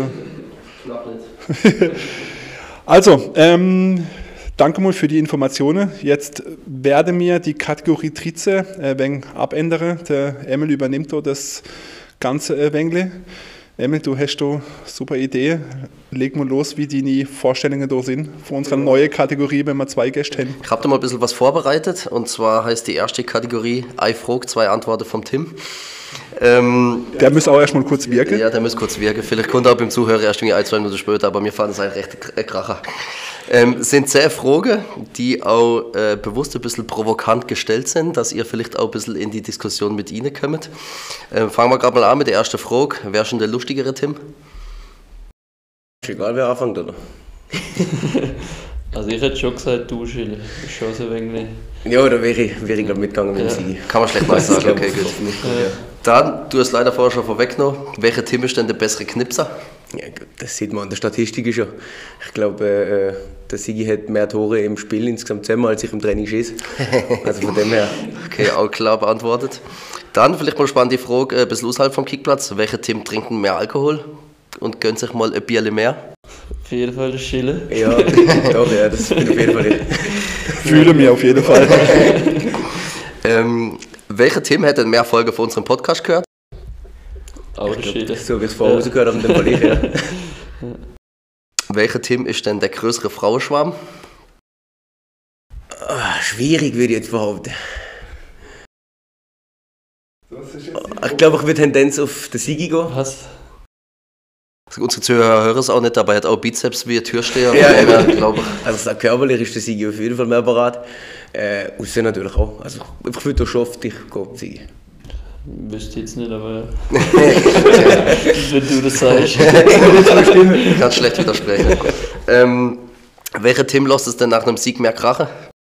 also ähm, danke mal für die Informationen. Jetzt werde mir die Kategorie Trize ein wenig abändern. Der Emil übernimmt da das ganze ein wenig. Emil, du hast da eine super Idee. Leg mal los, wie die Vorstellungen da sind für unsere neue Kategorie, wenn wir zwei Gäste haben. Ich habe da mal ein bisschen was vorbereitet und zwar heißt die erste Kategorie I frag, zwei Antworten vom Tim. Ähm, Der müsste auch erstmal kurz wirken. Ja, der muss kurz wirken. Vielleicht kommt er auch beim Zuhörer erst irgendwie ein, zwei Minuten später, aber mir fand es ein recht Kracher. Ähm, sind zehn Fragen, die auch äh, bewusst ein bisschen provokant gestellt sind, dass ihr vielleicht auch ein bisschen in die Diskussion mit ihnen kommt. Ähm, fangen wir gerade mal an mit der ersten Frage. Wer ist schon der lustigere Tim? Ist egal, wer anfängt, oder? Also ich hätte schon gesagt, du Schille. Das ist schon so ein wenig... Ja, da wäre ich, wäre ich glaub, mitgegangen mit dem Ja. Sigi. Kann man schlecht mal sagen, okay, gut. Ja. Dann, du hast leider vorher schon vorweggenommen, welcher Tim ist denn der bessere Knipser? Ja, gut, das sieht man an der Statistik schon. Ich glaube, äh, der Sigi hat mehr Tore im Spiel insgesamt zusammen, als ich im Training schieße. Also von dem her. Okay, auch klar beantwortet. Dann vielleicht mal spannend die Frage, ein bisschen außerhalb vom Kickplatz. Welcher Team trinkt mehr Alkohol und gönnt sich mal ein Bierle mehr? Auf jeden Fall der Schille. Ja, doch, ja, das bin auf jeden Fall ich. Fühle mich auf jeden Fall. ähm, welcher Team hätte mehr Folgen von unserem Podcast gehört? Auch der Schille. So wie es vorher rausgehört haben, dann ich, ja. Welcher Team ist denn der größere Frauenschwarm? Ah, schwierig, würde ich jetzt behaupten. Ich glaube, ich würde Tendenz auf den Sigi gehen. Was? Unsere Zuhörer hören es auch nicht, aber er hat auch Bizeps wie ein Türsteher. Ja, ja, glaube ich. Also körperlich ist der Sigi auf jeden Fall mehr parat. Äh, Aussehen natürlich auch. Also ich würde schon oft ich gehe auf den Sigi. Wüsste jetzt nicht, aber wenn du das sagst. Ich kann schlecht widersprechen. ähm, welcher Team lässt es denn nach einem Sieg mehr krachen?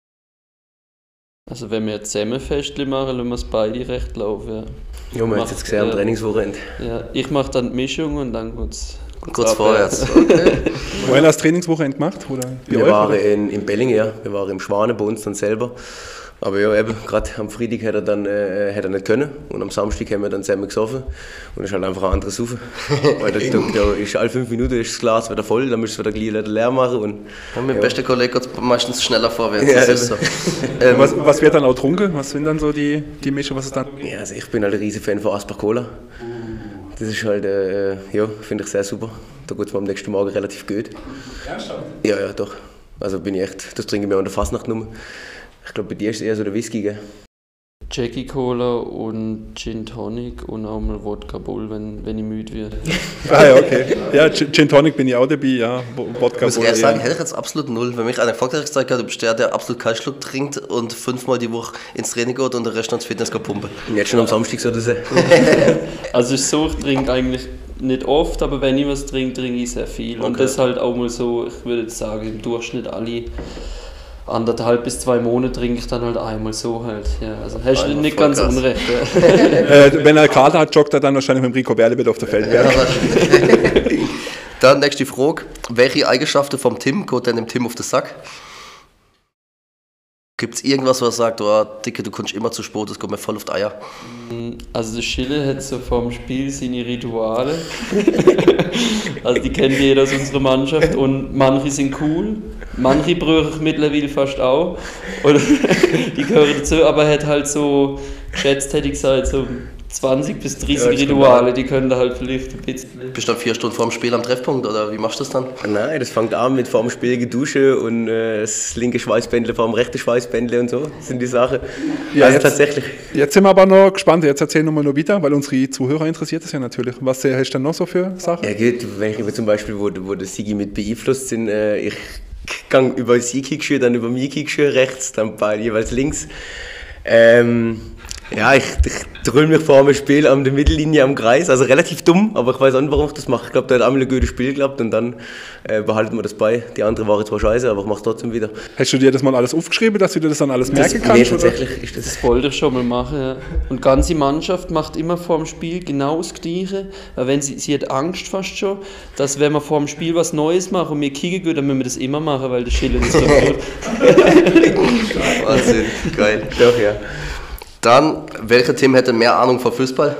Also wenn wir jetzt zusammen Festchen machen, lassen wir es beide recht laufen. Ja, Ja, wir haben es jetzt gesehen am ja. Trainingswochenende. Ja, ich mache dann die Mischung und dann geht's Kurz vorwärts. Okay. Wohin hast du das Trainingswochenende gemacht? Oder bei Wir euch, waren oder? in, in Belling, ja. Wir waren im Schwanen bei uns dann selber. Aber ja, eben, gerade am Freitag hat er dann äh, hat er nicht können und am Samstag haben wir dann zusammen gesoffen und das ist halt einfach ein anderes Saufen. Weil da, da, da ist alle fünf Minuten ist das Glas wieder voll, dann musst du es wieder gleich leer machen. Und, Ja, mein ja. bester Kollege geht meistens schneller vorwärts. Ja, Das ist so. ähm, Was, was wird dann auch getrunken? Was sind dann so die, die Mische? Was ist dann? Ja, also ich bin halt ein riesen Fan von Asper Cola. Das ist halt, äh, ja, finde ich sehr super. Da geht es mir am nächsten Morgen relativ gut. Ja, ja, doch. Also bin ich echt, das trinke ich mir an der Fastnacht nur. Ich glaube, bei dir ist es eher so der Whisky, gell? Jackie Cola und Gin Tonic und auch mal Wodka Bull, wenn, wenn ich müde werde. Ah ja, okay. Ja, Gin Gin Tonic bin ich auch dabei, ja. Wodka ich muss Bull, ehrlich sagen, ja. hätte ich jetzt absolut null. Wenn mich einer gefragt hätte, ich gesagt, du bist der, der absolut keinen Schluck trinkt und fünfmal die Woche ins Training geht und den Rest ins Fitness geht pumpen. Und jetzt schon am Samstag so das. Also es ist so, ich trinke eigentlich nicht oft, aber wenn ich was trinke, trinke ich sehr viel. Und Okay. das halt auch mal so, ich würde jetzt sagen, im Durchschnitt alle anderthalb bis zwei Monate trinke ich dann halt einmal so halt. Ja, also hast du Einmal nicht voll ganz krass. unrecht. Ja. Äh, wenn er Kater hat, joggt er dann wahrscheinlich mit dem Rico Berlebild auf der Feldberg. Ja, wahrscheinlich. Dann nächste Frage. Welche Eigenschaften vom Tim geht denn dem Tim auf den Sack? Gibt es irgendwas, was sagt, oh, Dicke, du kommst immer zu spät, das kommt mir voll auf die Eier? Also der Schille hat so vorm Spiel seine Rituale. Also die kennt jeder aus unserer Mannschaft und manche sind cool, manche brauche ich mittlerweile fast auch. Oder die gehören dazu, aber er hat halt so, geschätzt hätte ich gesagt, so zwanzig bis dreißig Ja, das stimmt Rituale, die können da halt vielleicht ein bisschen... Bist du dann vier Stunden vor dem Spiel am Treffpunkt oder wie machst du das dann? Nein, das fängt an mit vor dem Spiel geduschen und äh, das linke Schweißbändle vor dem rechten Schweißbändle und so. Das sind die Sachen. Ja, also jetzt- tatsächlich. Jetzt sind wir aber noch gespannt. Jetzt erzähl nochmal noch weiter, weil unsere Zuhörer interessiert das ja natürlich. Was äh, hast du denn noch so für Sachen? Ja gut, wenn ich über zum Beispiel, wo, wo der Sigi mit beeinflusst sind, äh, ich gehe über sie Kickschuhe, dann über mich Kickschuhe rechts, dann bei jeweils links. Ähm, ja, ich, ich drüll mich vor dem Spiel an der Mittellinie am Kreis, also relativ dumm, aber ich weiß auch nicht, warum ich das mache. Ich glaube, da hat einmal ein gutes Spiel geklappt und dann äh, behalten wir das bei. Die andere waren zwar scheiße, aber ich mache es trotzdem wieder. Hast du dir das mal alles aufgeschrieben, dass du dir das dann alles merken nee, kannst? Oder? tatsächlich ist das. Das wollte ich schon mal machen, ja. Und die ganze Mannschaft macht immer vor dem Spiel genau das Gleiche, weil wenn sie, sie hat Angst fast schon, dass wenn wir vor dem Spiel was Neues machen und wir kicken gehen, dann müssen wir das immer machen, weil der Schille das so tut. Wahnsinn, geil. Doch, ja. Dann, welcher Team hätte mehr Ahnung von Fußball?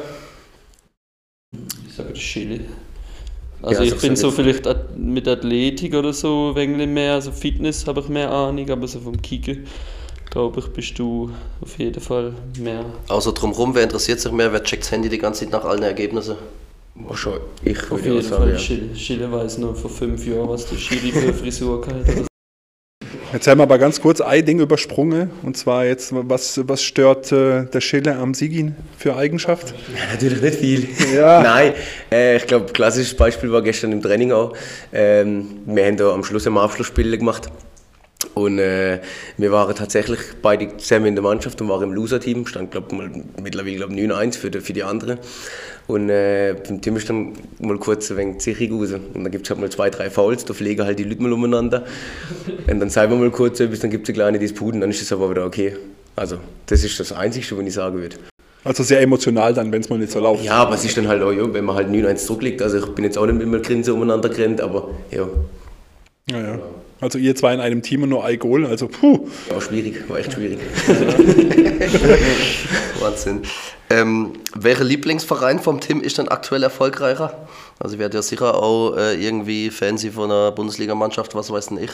Ich sage das Schille. Also Ja, ich so bin sag so ich. vielleicht at- mit Athletik oder so ein wenig mehr, also Fitness habe ich mehr Ahnung, aber so vom Kicken, glaube ich, bist du auf jeden Fall mehr. Außer drumherum, wer interessiert sich mehr, wer checkt das Handy die ganze Zeit nach allen Ergebnissen? Oh, schon. Ich Auf würde jeden auch sagen, Fall ja. Schille. Schille weiß nur vor fünf Jahren, was der Schiri für eine Frisur gehabt hat. Jetzt haben wir aber ganz kurz ein Ding übersprungen. Und zwar jetzt, was, was stört äh, der Schiller am Sigin für Eigenschaft? Ja, natürlich nicht viel. Ja. Nein, äh, ich glaube, ein klassisches Beispiel war gestern im Training auch. Ähm, wir haben da am Schluss ein Abschlussspiel gemacht. Und äh, wir waren tatsächlich beide zusammen in der Mannschaft und waren im Loser-Team. Stand glaub, mal, mittlerweile glaub, neun eins für die, für die anderen. Und äh, beim Team ist dann mal kurz ein wenig zichig raus. Und dann gibt es halt mal zwei, drei Fouls, da fliegen halt die Leute mal umeinander. Und dann sagen wir mal kurz etwas, dann gibt es eine kleine Disputen, dann ist das aber wieder okay. Also das ist das Einzige, was ich sagen würde. Also sehr emotional dann, wenn es mal nicht so läuft. Ja, aber es ist dann halt auch, ja, wenn man halt neun eins zurückliegt. Also ich bin jetzt auch nicht mit dem Grinsen umeinander gerannt, aber ja. Ja, ja. Also ihr zwei in einem Team und nur ein Goal, also puh. War schwierig, war echt schwierig. Wahnsinn. Ähm, welcher Lieblingsverein vom Tim ist denn aktuell erfolgreicher? Also ihr werdet ja sicher auch äh, irgendwie Fancy von einer Bundesligamannschaft, was weiß denn ich?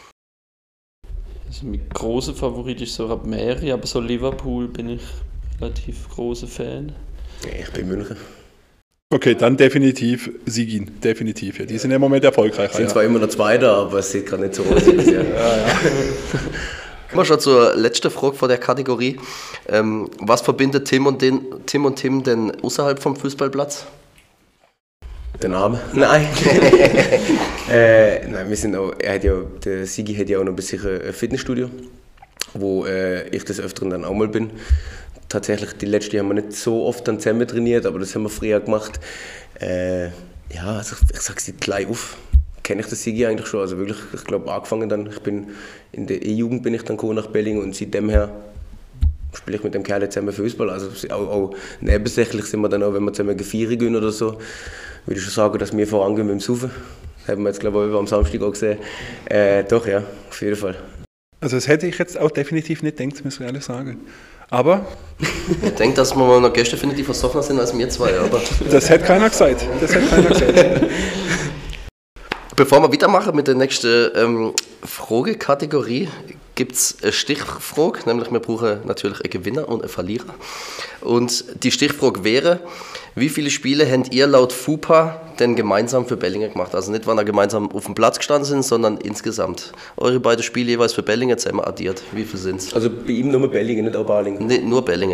Also mein großer Favorit ist so Rapmeri, aber so Liverpool bin ich relativ großer Fan. Ja, ich bin München. Okay, dann definitiv Sigin, definitiv. Ja. Die sind im Moment erfolgreicher. Sind ja. zwar immer noch Zweiter, aber es sieht gerade nicht so aus. ja, ja. Kommen wir schon zur letzten Frage von der Kategorie. Ähm, was verbindet Tim und, den, Tim und Tim denn außerhalb vom Fußballplatz? Der Name? Nein. äh, nein, wir sind auch, er hat ja, der Sigi hat ja auch noch bei sich ein Fitnessstudio, wo äh, ich des Öfteren dann auch mal bin. Tatsächlich, die letzte haben wir nicht so oft dann zusammen trainiert, aber das haben wir früher gemacht. Äh, ja, also ich, ich sage es gleich auf, kenne ich den Sigi eigentlich schon, also wirklich, ich glaube angefangen dann, ich bin in der E-Jugend bin ich dann gekommen nach Bellingen und seitdem her spiele ich mit dem Kerl zusammen Fußball, also auch, auch nebensächlich sind wir dann auch, wenn wir zusammen gefeiert gehen oder so, würde ich schon sagen, dass wir vorangehen mit dem Saufen. Das haben wir jetzt glaube ich am Samstag auch gesehen. Äh, doch, ja, auf jeden Fall. Also das hätte ich jetzt auch definitiv nicht gedacht, muss ich ehrlich sagen. Aber Ich denke, dass wir mal noch Gäste finden, die versoffener sind als wir zwei, aber das hätte keiner gesagt. Das hätte keiner gesagt. bevor wir weitermachen mit der nächsten ähm, Fragekategorie, gibt es eine Stichfrage, nämlich wir brauchen natürlich einen Gewinner und einen Verlierer. Und die Stichfrage wäre, wie viele Spiele habt ihr laut FUPA denn gemeinsam für Bellingen gemacht? Also nicht, wann ihr gemeinsam auf dem Platz gestanden sind, sondern insgesamt. Eure beiden Spiele jeweils für Bellingen zusammen addiert. Wie viel sind es? Also bei ihm nur Bellingen, nicht auch Balingen? Nee, nur Bellingen.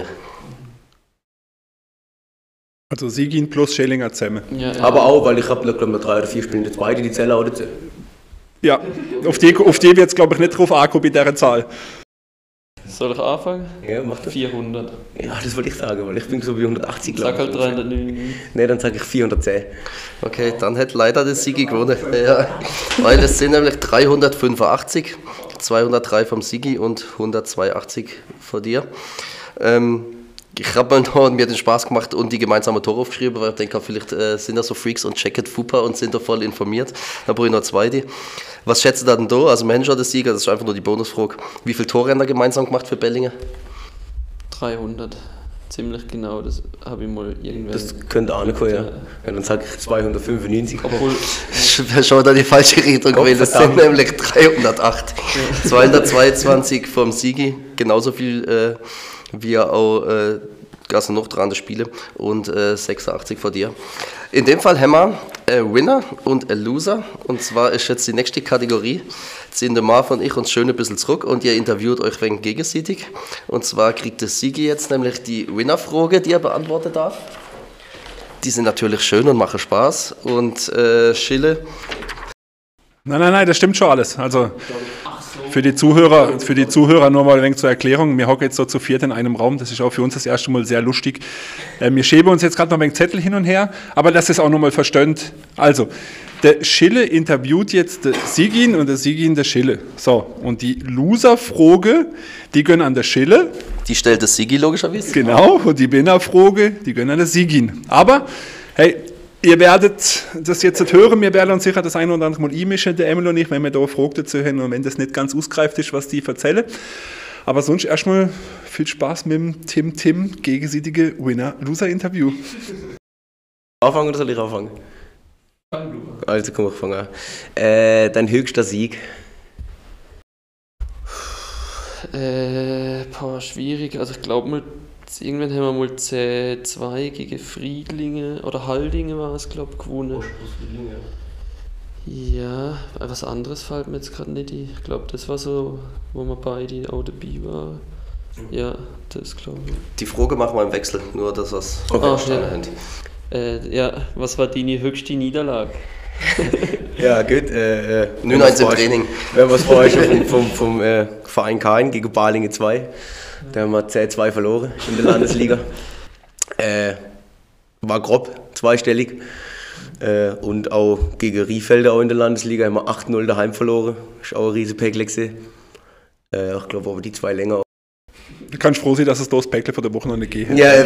Also Sigin plus Schellinger zusammen. Ja, ja. Aber auch, weil ich habe glaube ich drei oder vier Spiele jetzt beide, die zählen auch dazu. Ja, auf die, auf die wird es glaube ich nicht drauf ankommen bei dieser Zahl. Soll ich anfangen? Ja, mach das. vierhundert. Ja, das wollte ich sagen, weil ich bin so bei hundertachtzig, glaube Sag halt dreihundertneun. Nein, dann sage ich vierhundertzehn. Okay, dann hätte leider der Sigi gewonnen. Ja, weil es sind nämlich dreihundertfünfundachtzig, zweihundertdrei vom Sigi und hundertzweiundachtzig von dir. Ähm, ich habe mir den Spaß gemacht und die gemeinsame Tore aufgeschrieben, weil ich denke, vielleicht äh, sind da so Freaks und checken FUPA und sind da voll informiert. Da brauche ich noch zwei. Die. Was schätzt ihr denn da als Manager des Sieger? Das ist einfach nur die Bonusfrage. Wie viele Tore haben wir gemeinsam gemacht für Bellingen? dreihundert. Ziemlich genau, das habe ich mal irgendwann. Das könnte auch nicht kommen, ja. Ja, dann sage ich zweihundertfünfundneunzig. Obwohl, Das wäre schon wieder die falsche Richtung Gott gewesen. Das sind verdammt. nämlich dreihundertacht. zweihundertzweiundzwanzig vom Sigi, genauso viel äh, wie er auch äh, also noch dran der Spiele und äh, sechsundachtzig von dir. In dem Fall haben wir einen Winner und einen Loser. Und zwar ist jetzt die nächste Kategorie. Ziehen der Marv und ich uns schön ein bisschen zurück und ihr interviewt euch wegen gegenseitig. Und zwar kriegt der Sigi jetzt nämlich die Winner-Frage, die er beantworten darf. Die sind natürlich schön und machen Spaß. Und äh, Schille. Nein, nein, nein, das stimmt schon alles. Also für die Zuhörer, für die Zuhörer nur mal ein wenig zur Erklärung. Wir hocken jetzt so zu viert in einem Raum. Das ist auch für uns das erste Mal sehr lustig. Äh, wir schieben uns jetzt gerade noch ein wenig Zettel hin und her, aber das ist auch nochmal verstöhnt. Also, der Schille interviewt jetzt den Sigin und der Sigin der Schille. So, und die Loser-Frage, die gönnen an der Schille. Die stellt der Sigi logischerweise. Genau, und die Winner-Frage, die gönnen an der Sigin. Aber, hey, ihr werdet das jetzt hören, wir werden uns sicher das eine oder andere Mal einmischen, der Emil und ich, wenn wir da eine Frage dazu haben und wenn das nicht ganz ausgereift ist, was die erzählen. Aber sonst erstmal viel Spaß mit dem Tim Tim gegenseitige Winner-Loser-Interview. Anfangen oder soll ich anfangen? Also komm, ich fange an. Äh, dein höchster Sieg? äh, boah, schwierig. Also ich glaube mal, irgendwann haben wir mal C zwei gegen Friedlinge oder Haldinge war es, glaube ich, gewonnen. Ja, was anderes fällt mir jetzt gerade nicht ein. Ich glaube, das war so, wo wir beide auch dabei waren. Ja, das glaube ich. Die Frage machen wir im Wechsel, nur das, was Okay. auf der Hand. Äh, ja, was war deine höchste Niederlage? Ja, gut. Äh, äh, neun eins im Training. Wenn wir es vorher schon vom, vom, vom äh, Verein Kain gegen Balingen zwei. Da haben wir zehn zwei verloren in der Landesliga. äh, war grob, zweistellig. Äh, und auch gegen Riefelder auch in der Landesliga haben wir acht null daheim verloren. Das ist auch ein riesen Päckle gewesen. Äh, ich glaube aber die zwei länger. Du kannst froh sein, dass es das Päckle von der Woche noch nicht geht. Ja,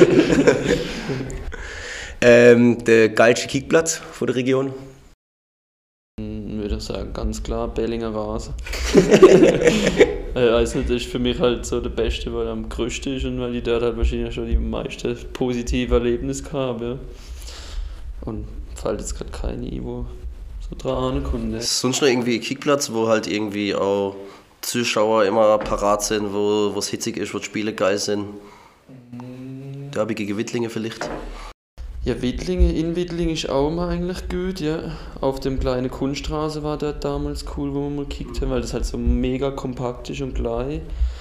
ähm, der geilste Kickplatz von der Region? Würde ich sagen, ganz klar, Bellinger Rasen. Ich weiß nicht, das ist für mich halt so der Beste, weil er am größten ist und weil ich dort halt wahrscheinlich schon die meisten positive Erlebnisse habe. Ja. Und fällt jetzt gerade keine ein, wo so dran ankommt. Ja. Ist sonst noch irgendwie ein Kickplatz, wo halt irgendwie auch Zuschauer immer parat sind, wo es hitzig ist, wo die Spiele geil sind? Derby gegen Wittlinge vielleicht? Ja, Wittlinge, in Wittlinge ist auch mal eigentlich gut, ja. Auf dem kleinen Kunststraße war dort damals cool, wo wir mal gekickt haben, weil das halt so mega kompakt ist und klein.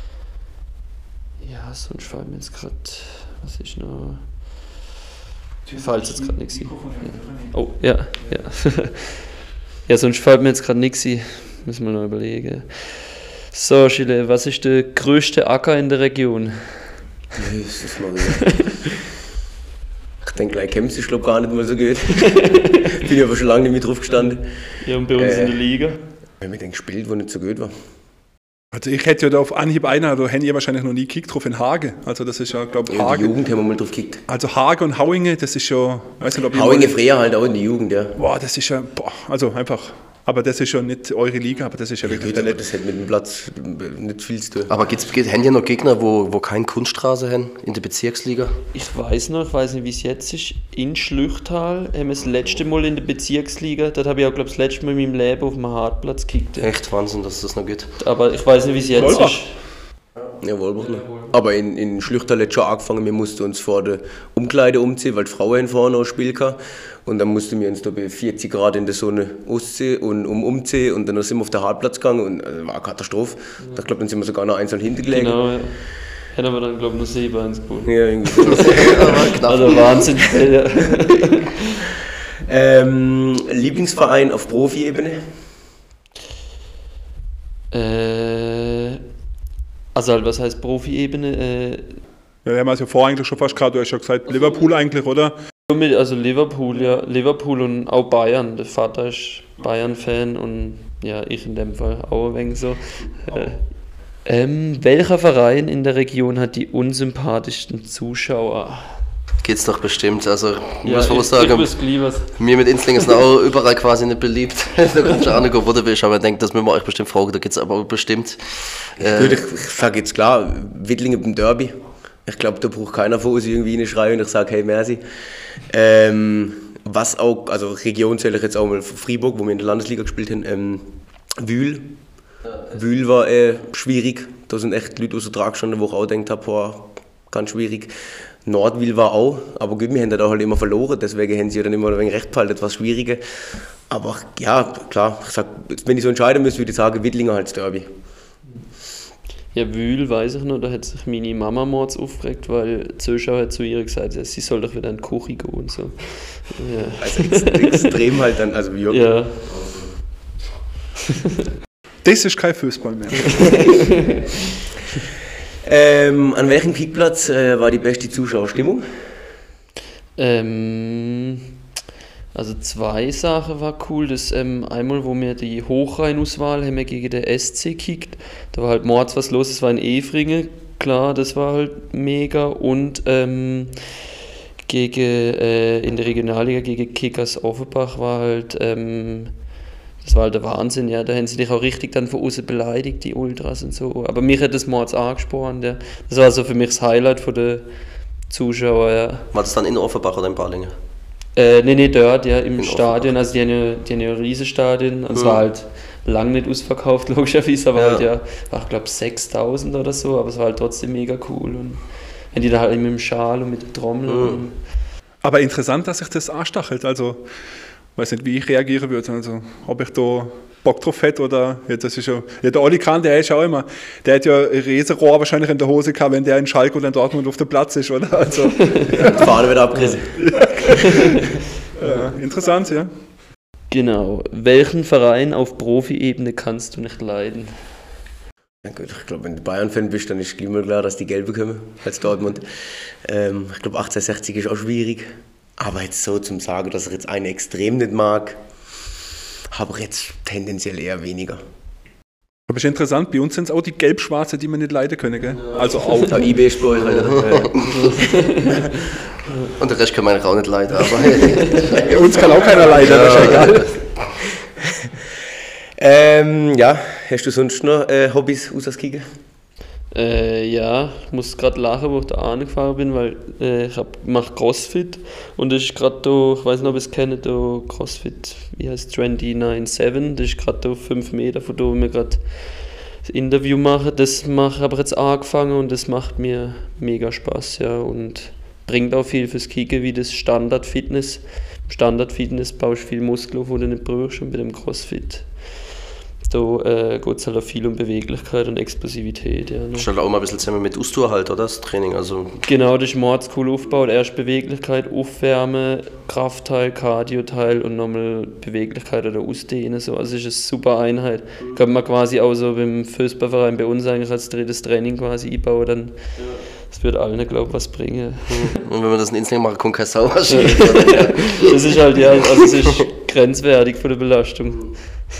Ja, sonst fällt mir jetzt gerade, was ist noch... Mir fällt jetzt gerade nichts ein. Ja. Oh, ja, ja. Ja, sonst fällt mir jetzt gerade nichts ein. Müssen wir noch überlegen. So, Chile, was ist der größte Acker in der Region? Jesus Maria. Ich denke, gleich Camps ist glaube gar nicht mal so gut. Bin ich aber schon lange nicht mehr drauf gestanden. Ja, und bei uns Äh. in der Liga? Ich habe den gespielt, wo nicht so gut war. Also ich hätte ja da auf Anhieb einer, da hätte ich wahrscheinlich noch nie gekickt drauf in Hagen. Also das ist ja, glaube ich, Ja, in der Hagen. Jugend haben wir mal drauf gekickt. Also Hagen und Hauinge, das ist ja, weiß nicht, ob ich Hauinge mal- früher halt auch in der Jugend, ja. Boah, das ist ja, boah, also einfach, aber das ist ja nicht eure Liga, aber das ist ja wirklich Gut, der aber letzte. das hat mit dem Platz nicht viel zu tun. Aber gibt's, haben ja noch Gegner, wo, wo keine Kunststraße haben in der Bezirksliga? Ich weiß noch, ich weiß nicht, wie es jetzt ist. In Schlüchtal haben wir das letzte Mal in der Bezirksliga, dort habe ich auch, glaube ich, das letzte Mal in meinem Leben auf dem Hartplatz gekickt. Ja. Echt Wahnsinn, dass das noch geht. Aber ich weiß nicht, wie es jetzt Wolbach. ist. Ja, Wolbach noch. Aber in, in Schlüchtal hat schon angefangen, wir mussten uns vor der Umkleide umziehen, weil die Frauen vorne noch spielen kann. Und dann mussten wir uns da bei vierzig Grad in der Sonne ausziehen und um umziehen. Und dann sind wir auf den Hartplatz gegangen und äh, war eine Katastrophe. Ja. Ich glaube, dann sind wir sogar noch einzeln hintergelegen. Genau, ja. Hätten wir dann, glaube ich, noch sieben eins gewonnen. Ja, irgendwie so. Also Wahnsinn. Ja. ähm, Lieblingsverein auf Profi-Ebene? Äh, also halt, was heißt Profi-Ebene? Äh, Ja, wir haben also vorher eigentlich schon fast gerade, du hast ja gesagt, Liverpool eigentlich, oder? mit, also Liverpool, ja. Liverpool und auch Bayern. Der Vater ist Bayern-Fan und ja, ich in dem Fall auch ein wenig so. Äh, ähm, welcher Verein in der Region hat die unsympathischsten Zuschauer? Geht's doch bestimmt. Also, ich Ja, muss ich, auch ich sagen, wüsste gleich was. wir mit Inzlingen sind auch überall quasi nicht beliebt. Da kommst du auch nicht, wo du willst, aber ich denke, das müssen wir euch bestimmt fragen, da geht's aber bestimmt. Äh, Gut, ich, ich sage jetzt klar, Wittlinge beim Derby. Ich glaube, da braucht keiner von uns irgendwie eine Schreie und ich sage, hey, merci. Ähm, was auch, also Region zähle ich jetzt auch mal von Freiburg, wo wir in der Landesliga gespielt haben, ähm, Wühl. Wühl war äh, schwierig. Da sind echt Leute aus der Trag gestanden, wo ich auch gedacht habe, boah, ganz schwierig. Nordwil war auch, aber gut, wir haben da halt immer verloren, deswegen haben sie ja dann immer ein wenig recht behalten, etwas schwieriger. Aber ja, klar, ich sag, wenn ich so entscheiden müsste, würde ich sagen, Wittlinger als Derby. Ja, Wühl weiß ich noch, da hat sich meine Mama mords aufgeregt, weil die Zuschauer hat zu ihr gesagt, sie soll doch wieder in die Küche gehen und so. Ja. Also ex extrem halt dann, also wie Ja. Das ist kein Fußball mehr. Ähm, an welchem Kickplatz äh, war die beste Zuschauerstimmung? Ähm, also zwei Sachen war cool. Das, ähm, einmal, wo wir die Hochrheinauswahl haben wir gegen den S C gekickt. Da war halt mords was los, es war in Efringen. Klar, das war halt mega. Und ähm, gegen, äh, in der Regionalliga gegen Kickers Offenbach war halt... Ähm, das war halt der Wahnsinn, ja. Da haben sie dich auch richtig dann von außen beleidigt, die Ultras und so. Aber mich hat das mords angesprochen, ja. Das war so für mich das Highlight von der Zuschauer, ja. war das dann in Offenbach oder in Balingen? Äh, nee, nee, dort, ja, im In Stadion. Also, die haben ja, die haben ja ein Riesenstadion. Und es Mhm. war halt lang nicht ausverkauft, logischerweise, aber Ja. halt, ja, war, ich glaube, sechstausend oder so. Aber es war halt trotzdem mega cool. Und wenn die da halt mit dem Schal und mit der Trommel. Mhm. Und Aber interessant, dass sich das anstachelt. Also, weiß nicht, wie ich reagieren würde. Also, ob ich da Bock drauf hätte oder, ja, das ist ja, ja der Oli Kahn, der ist auch immer, der hat ja ein Riesenrohr wahrscheinlich in der Hose gehabt, wenn der in Schalke oder in Dortmund auf dem Platz ist, oder? Also, Die Fahne wird abgerissen. ja, interessant, ja. Genau. Welchen Verein auf Profi-Ebene kannst du nicht leiden? Ja gut, ich glaube, wenn du Bayern-Fan bist, dann ist immer klar, dass die Gelb bekommen als Dortmund. Ähm, ich glaube, achtzehnhundertsechzig ist auch schwierig. Aber jetzt so zum Sagen, dass ich jetzt einen extrem nicht mag, habe ich jetzt tendenziell eher weniger. Aber ist interessant, bei uns sind es auch die Gelb-Schwarze, die wir nicht leiden können, gell? Also auch. Der I B-Sport, Alter. Und der Rest kann man eigentlich auch nicht leiden, aber Uns kann auch keiner leiden, das ist ja egal. ähm, ja, hast du sonst noch äh, Hobbys außer das Kicken? Äh, ja, ich muss gerade lachen, wo ich da angefahren bin, weil äh, ich mache Crossfit und das ist gerade da, ich weiß nicht, ob ihr es kennt, da Crossfit, wie heißt Trendy siebenundneunzig, das ist gerade da fünf Meter von da, wo wir gerade das Interview machen. Das mache ich aber jetzt angefangen und das macht mir mega Spaß, ja, und bringt auch viel fürs Kicken, wie das Standard-Fitness. Im Standard-Fitness baust du viel Muskeln auf, die du nicht brauchst, und bei dem Crossfit da äh, geht es halt auch viel um Beweglichkeit und Explosivität. Ja, ne? das ist halt auch mal ein bisschen zusammen mit Ausdauer halt, oder? Das Training, also Genau, das ist mordscool aufgebaut. Erst Beweglichkeit, Aufwärme, Kraftteil, Cardio-Teil und nochmal Beweglichkeit oder Ausdehnen. So. Also es ist eine super Einheit. Kann man quasi auch so beim Fußballverein bei uns eigentlich als drittes Training quasi einbauen. Dann, das wird allen, glaube ich, was bringen. und wenn man das in Instinkt macht, kommt keine Sau wahrscheinlich. Das ist halt, ja, also es ist grenzwertig von der Belastung.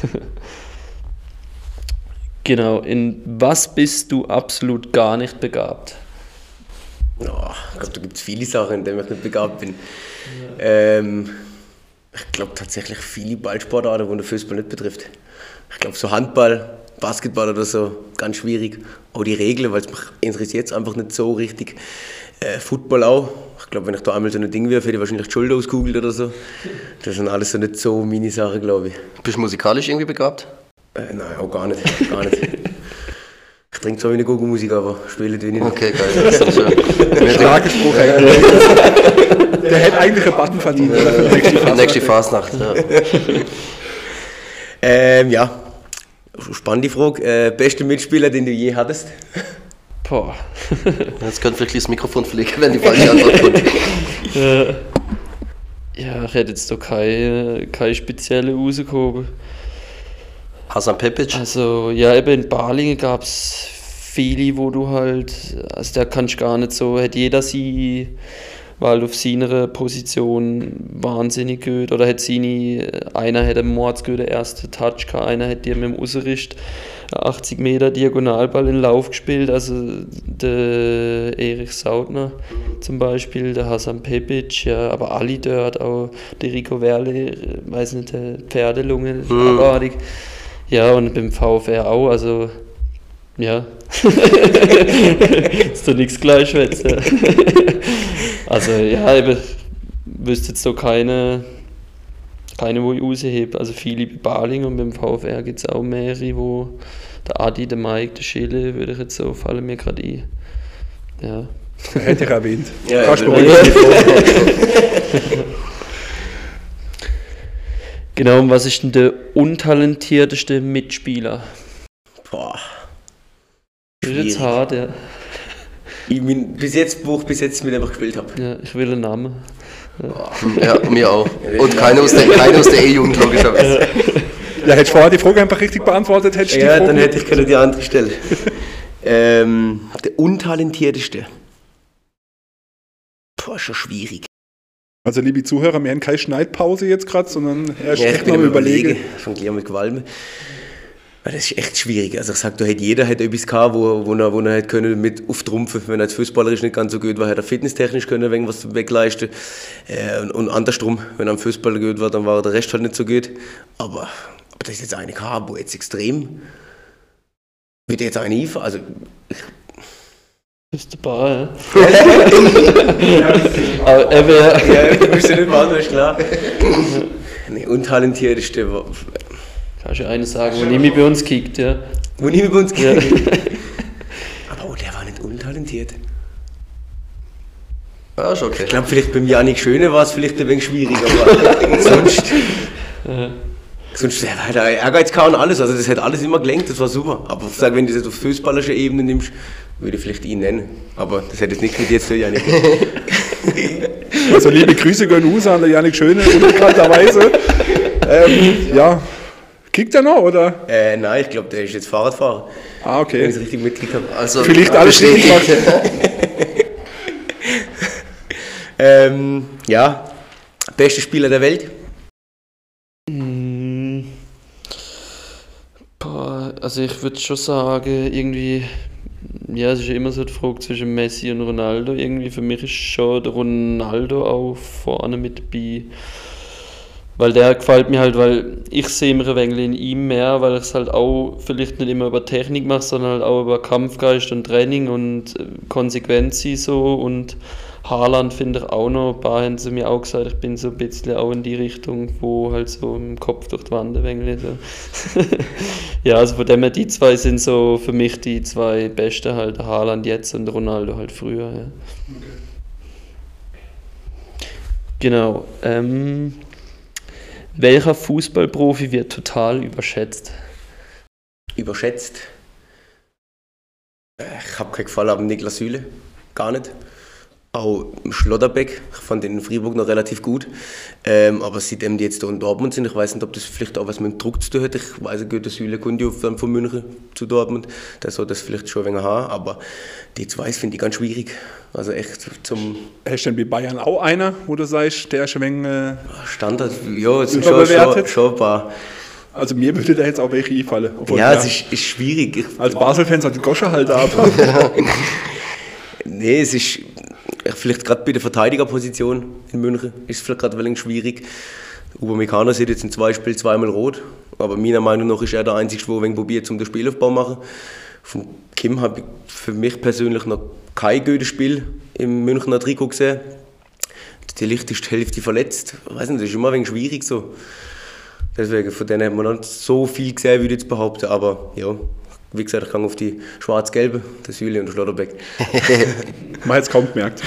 Genau, in was bist du absolut gar nicht begabt? Oh, ich glaube, da gibt es viele Sachen, in denen ich nicht begabt bin. Ja. Ähm, ich glaube tatsächlich viele Ballsportarten, die den Fußball nicht betrifft. Ich glaube, so Handball, Basketball oder so, ganz schwierig. Auch die Regeln, weil es mich interessiert jetzt einfach nicht so richtig. Äh, Football auch. Ich glaube, wenn ich da einmal so ein Ding wäre, hätte ich wahrscheinlich die Schulter ausgekugelt oder so. Das sind alles so nicht so meine Sachen, glaube ich. Bist du musikalisch irgendwie begabt? Äh, nein, auch gar nicht. Gar nicht. Ich trinke zwar wie eine Gogo-Musik, aber spiele nicht wie nicht. Okay, geil. Das ist schön. Starker Spruch, ey. Der hätte eigentlich einen Button verdient. Oder? Für die nächste Fasnacht. Nächste Fasnacht, ja. ähm, ja, spannende Frage. Äh, beste Mitspieler, den du je hattest? Boah. Jetzt könnte vielleicht das Mikrofon fliegen, wenn die falsche Antwort kommt. äh, ja, ich hätte jetzt da keine, keine spezielle rausgehoben. Hasan Pepic? Also, ja, eben in Balingen gab es viele, wo du halt, also da kannst du gar nicht so, hätte jeder sie, weil auf seiner Position wahnsinnig gut, oder hätte seine, einer hätte Mords gut den ersten Touch gehabt, einer hätte dir mit dem Ausricht achtzig Meter Diagonalball in den Lauf gespielt, also der Erich Sautner zum Beispiel, der Hasan Pepic, ja, aber alle dort, auch der Rico Werle, weiß nicht, der Pferdelunge, hm. abartig. Ja, und beim VfR auch, also, ja. Ist doch nichts gleich jetzt. Ja. Also, ja, ich wüsste jetzt so keine, keine, wo ich raushebe. Also, viele bei Baling und beim VfR gibt es auch mehrere, wo der Adi, der Mike, der Schille, würde ich jetzt so, fallen mir gerade ein. Ja. Hätte ich erwähnt. Ja, Kannst du ja, Genau, und was ist denn der untalentierteste Mitspieler? Boah. Das ist jetzt hart, ja. Ich bin bis jetzt Buch, bis jetzt mit einfach gespielt habe. Ja, ich will einen Namen. Ja, mir auch. Und keine aus der, keine aus der E-Jugend, logischerweise. Ja, hättest du vorher die Frage einfach richtig beantwortet, hättest du die Ja, Frage dann hätte ich keine die andere stellen. ähm, der untalentierteste. Boah, schon schwierig. Also, liebe Zuhörer, wir haben keine Schneidpause jetzt gerade, sondern er ist Ja, ich echt bin noch am am Überlegen. Überlegen. Ich fange gleich an mit Qualmen. Weil das ist echt schwierig. Also ich sage, da hätte jeder hätte etwas gehabt, wo, wo er, wo er hätte können mit auftrumpfen. Wenn er jetzt fußballerisch nicht ganz so gut war, hätte er fitnesstechnisch können irgendwas wegleisten. Äh, und, und andersrum, wenn er am Fußball gut war, dann war der Rest halt nicht so gut. Aber, aber das ist jetzt eine gehabt, wo jetzt extrem... Würde jetzt eine einfallen? Also... Das ist der Bar, ja. Aber er wäre... Ja, du musst ja nicht machen, ist klar. Nee, untalentierteste war... Kannst du eine sagen, wo Nimi bei uns kickt, ja. Wo niemand bei uns geht. Ja. Aber oh, der war nicht untalentiert. Ja, ist okay. Ich glaube, vielleicht beim Janik Schöne war es vielleicht ein wenig schwierig, aber sonst... Sonst hat er Ehrgeiz gehabt und alles, also das hat alles immer gelenkt, das war super. Aber ich sage, wenn du das auf fußballischer Ebene nimmst, würde ich vielleicht ihn nennen. Aber das hat jetzt nichts mit dir zu tun, Janik. Also liebe Grüße gehen raus an der Janik Schöne, unbekannterweise. ähm, ja, kickt er noch, oder? Äh, nein, ich glaube, der ist jetzt Fahrradfahrer. Ah, okay. Wenn ich es richtig mitgekriegt habe. Also, Vielleicht alles richtig gemacht. ähm, ja, beste Spieler der Welt? Also ich würde schon sagen, irgendwie, ja, es ist ja immer so die Frage zwischen Messi und Ronaldo. Irgendwie für mich ist schon der Ronaldo auch vorne mit dabei. Weil der gefällt mir halt, weil ich sehe mir ein wenig in ihm mehr, weil ich es halt auch vielleicht nicht immer über Technik mache, sondern halt auch über Kampfgeist und Training und Konsequenz so. Und Haaland finde ich auch noch, ein paar haben sie mir auch gesagt, ich bin so ein bisschen auch in die Richtung, wo halt so im Kopf durch die Wand ein wenig so. Ja, also von dem her, die zwei sind so für mich die zwei Besten, halt Haaland jetzt und Ronaldo halt früher. Ja. Okay. Genau. Ähm, welcher Fußballprofi wird total überschätzt? Überschätzt? Ich habe keinen Gefallen an Niklas Süle, gar nicht. Auch Schlotterbeck, ich fand den in Freiburg noch relativ gut. Ähm, aber seitdem die jetzt da in Dortmund sind, ich weiß nicht, ob das vielleicht auch was mit dem Druck zu tun hat. Ich weiß nicht, der Süle kommt ja dann von München zu Dortmund. Der soll das vielleicht schon ein wenig haben. Aber die zwei finde ich ganz schwierig. Also echt zum... Hast du denn bei Bayern auch einer, wo du sagst, der ist ein wenig... Äh, Standard, ja, es sind schon, schon, schon ein paar... Also mir würde da jetzt auch welche einfallen. Obwohl, ja, ja, es ist, ist schwierig. Ich, als Basel-Fans hat die Gosche halt ab. Nee, es ist... Vielleicht gerade bei der Verteidigerposition in München ist es vielleicht gerade ein wenig schwierig. Upamecano sieht jetzt in zwei Spielen zweimal rot, aber meiner Meinung nach ist er der Einzige, der ein wenig probiert, um den Spielaufbau zu machen. Von Kim habe ich für mich persönlich noch kein gutes Spiel im Münchner Trikot gesehen. Die Licht ist die Hälfte verletzt. Ich weiß nicht, das ist immer ein wenig schwierig so. Deswegen, von denen hat man noch nicht so viel gesehen, würde ich jetzt behaupten, aber ja. Wie gesagt, ich gehe auf die schwarz-gelbe, der Süle und der Schlotterbeck. Man hat es kaum gemerkt.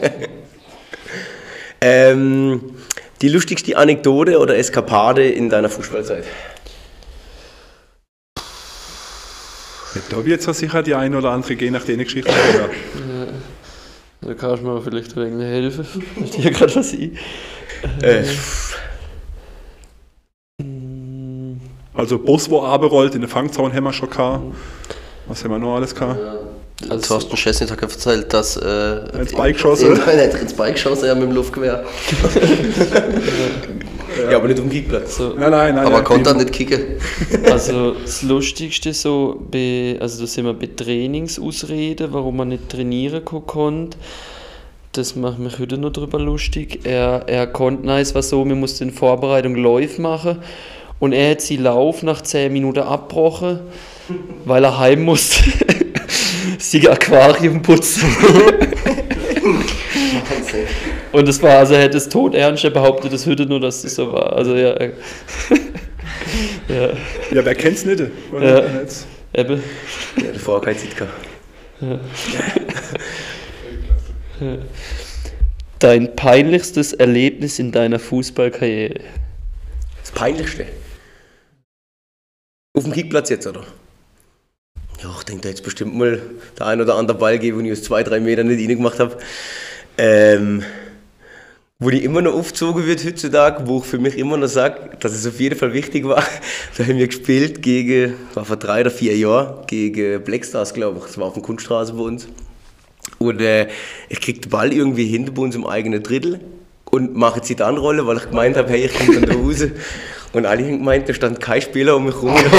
ähm, die lustigste Anekdote oder Eskapade in deiner Fußballzeit? Da wird es sicher die eine oder andere gehen nach den Geschichten. Ja. Da kannst du mir vielleicht ein wenig helfen. Fällt dir gerade was ein? Äh. Also Bus, wo runterrollt, in den Fangzaun haben wir schon gehabt. Was haben wir noch alles gehabt? Ja, also Thorsten Schessnit hat erzählt, dass... Äh, ins Bike geschossen? Nein, ins Bike geschossen, ja, mit dem Luftgewehr. Ja, aber nicht um den Kickplatz. So. Nein, nein, nein. Aber nein, konnte er nicht kicken. Also das Lustigste so, bei, also da sind wir bei Trainingsausreden, warum man nicht trainieren konnte. Das macht mich heute noch drüber lustig. Er, er konnte, nein, es war so, wir mussten in Vorbereitung Läufe machen. Und er hat seinen Lauf nach zehn Minuten abgebrochen, weil er heim musste. sein Aquarium putzen. Und das war, also er hätte es tot ernst, er behauptet das heute nur, dass das so war. Also ja. ja. Ja, wer kennt's nicht? Ja. Ebbe. Ja, davor kein Zeit gehabt. Ja. Ja. Dein peinlichstes Erlebnis in deiner Fußballkarriere? Das Peinlichste? Auf dem Kickplatz jetzt, oder? Ja, ich denke, da jetzt bestimmt mal der ein oder andere Ball geben, den ich aus zwei, drei Metern nicht reingemacht habe. Ähm, wo die immer noch aufgezogen wird heutzutage, wo ich für mich immer noch sage, dass es auf jeden Fall wichtig war. Da haben wir gespielt gegen, war vor drei oder vier Jahren, gegen Blackstars, glaube ich. Das war auf der Kunststraße bei uns. Und äh, ich kriege den Ball irgendwie hinter bei uns im eigenen Drittel und mache jetzt die Anrolle, weil ich gemeint habe, hey, ich komme dann da raus. Und alle haben gemeint, da stand kein Spieler um mich rum. Und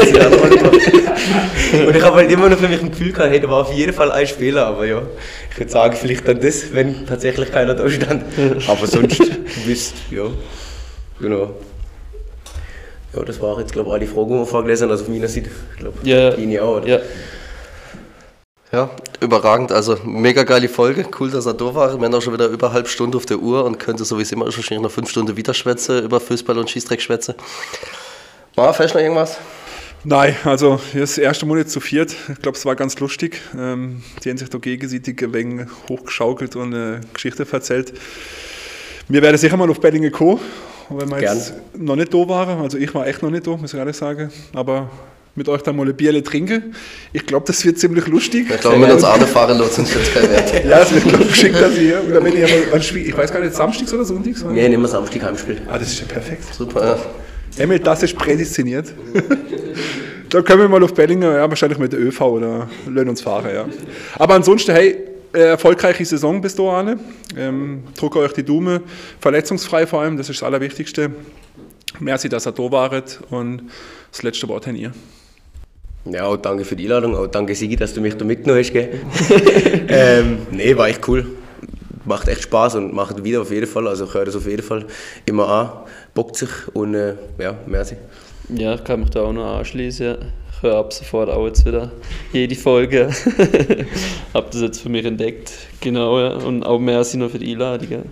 ich habe halt immer noch für mich ein Gefühl gehabt, hey, da war auf jeden Fall ein Spieler. Aber ja, ich würde sagen, vielleicht dann das, wenn tatsächlich keiner da stand. Aber sonst, du wisst, ja, genau. Ja, das war jetzt, glaube ich, alle Fragen, die wir vorgelesen haben, also von meiner Seite. Ich glaube, ja, Ihnen auch, oder? Ja. Ja, überragend. Also mega geile Folge. Cool, dass er da war. Wir haben auch schon wieder über eine halbe Stunde auf der Uhr und könnte sowieso immer wahrscheinlich noch fünf Stunden wieder schwätzen über Fußball und Schießdreck schwätzen. War vielleicht noch irgendwas? Nein, also das erste Mal jetzt zu viert. Ich glaube, es war ganz lustig. Ähm, die haben sich da gegenseitig ein wenig hochgeschaukelt und eine Geschichte erzählt. Wir werden sicher mal auf Bellingen kommen, wenn wir Gern. jetzt noch nicht da waren. Also ich war echt noch nicht da, muss ich ehrlich sagen. Aber mit euch dann mal ein Bierle trinken. Ich glaube, das wird ziemlich lustig. Ich glaube, wir müssen uns auch fahren lassen, sonst wird es kein Wert. Ja, es wird glaube ich geschickt, dass ihr. Oder wenn ihr mal, wann spielt, ich weiß gar nicht, samstags oder sonntags? Wir nehmen Samstag Heimspiel. Ah, das ist ja perfekt. Super, ja. Emil, das ist prädestiniert. Da können wir mal auf Bellingen, ja, wahrscheinlich mit der ÖV oder löhnen uns fahren, ja. Aber ansonsten, hey, äh, erfolgreiche Saison bis dahin. Ähm, drücke euch die Daumen, verletzungsfrei vor allem, das ist das Allerwichtigste. Merci, dass ihr da wart und das letzte Wort an ihr. Ja, auch danke für die Einladung, auch danke Sigi, dass du mich da mitgenommen hast. Gell? ähm, nee, war echt cool. Macht echt Spaß und macht wieder auf jeden Fall. Also ich höre das auf jeden Fall immer an, bockt sich und äh, ja, merci. Ja, ich kann mich da auch noch anschließen. Ja. Ich höre ab sofort auch jetzt wieder jede Folge. Hab das jetzt für mich entdeckt. Genau, ja. Und auch merci noch für die Einladung. Ja.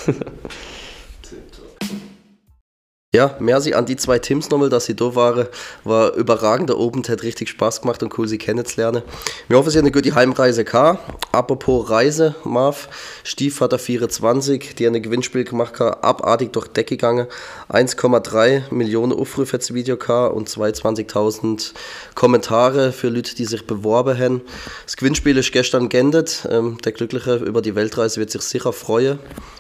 Ja, merci an die zwei Teams nochmal, dass sie da waren. War überragend, der Abend hat richtig Spaß gemacht und cool, sie kennenzulernen. Wir hoffen, sie haben eine gute Heimreise gehabt. Apropos Reise, Marv, Stiefvater vierundzwanzig, die haben ein Gewinnspiel gemacht, abartig durch die Decke gegangen. eins Komma drei Millionen Aufrufe für das Video gehabt und zweiundzwanzigtausend Kommentare für Leute, die sich beworben haben. Das Gewinnspiel ist gestern geendet. Ähm, der Glückliche über die Weltreise wird sich sicher freuen.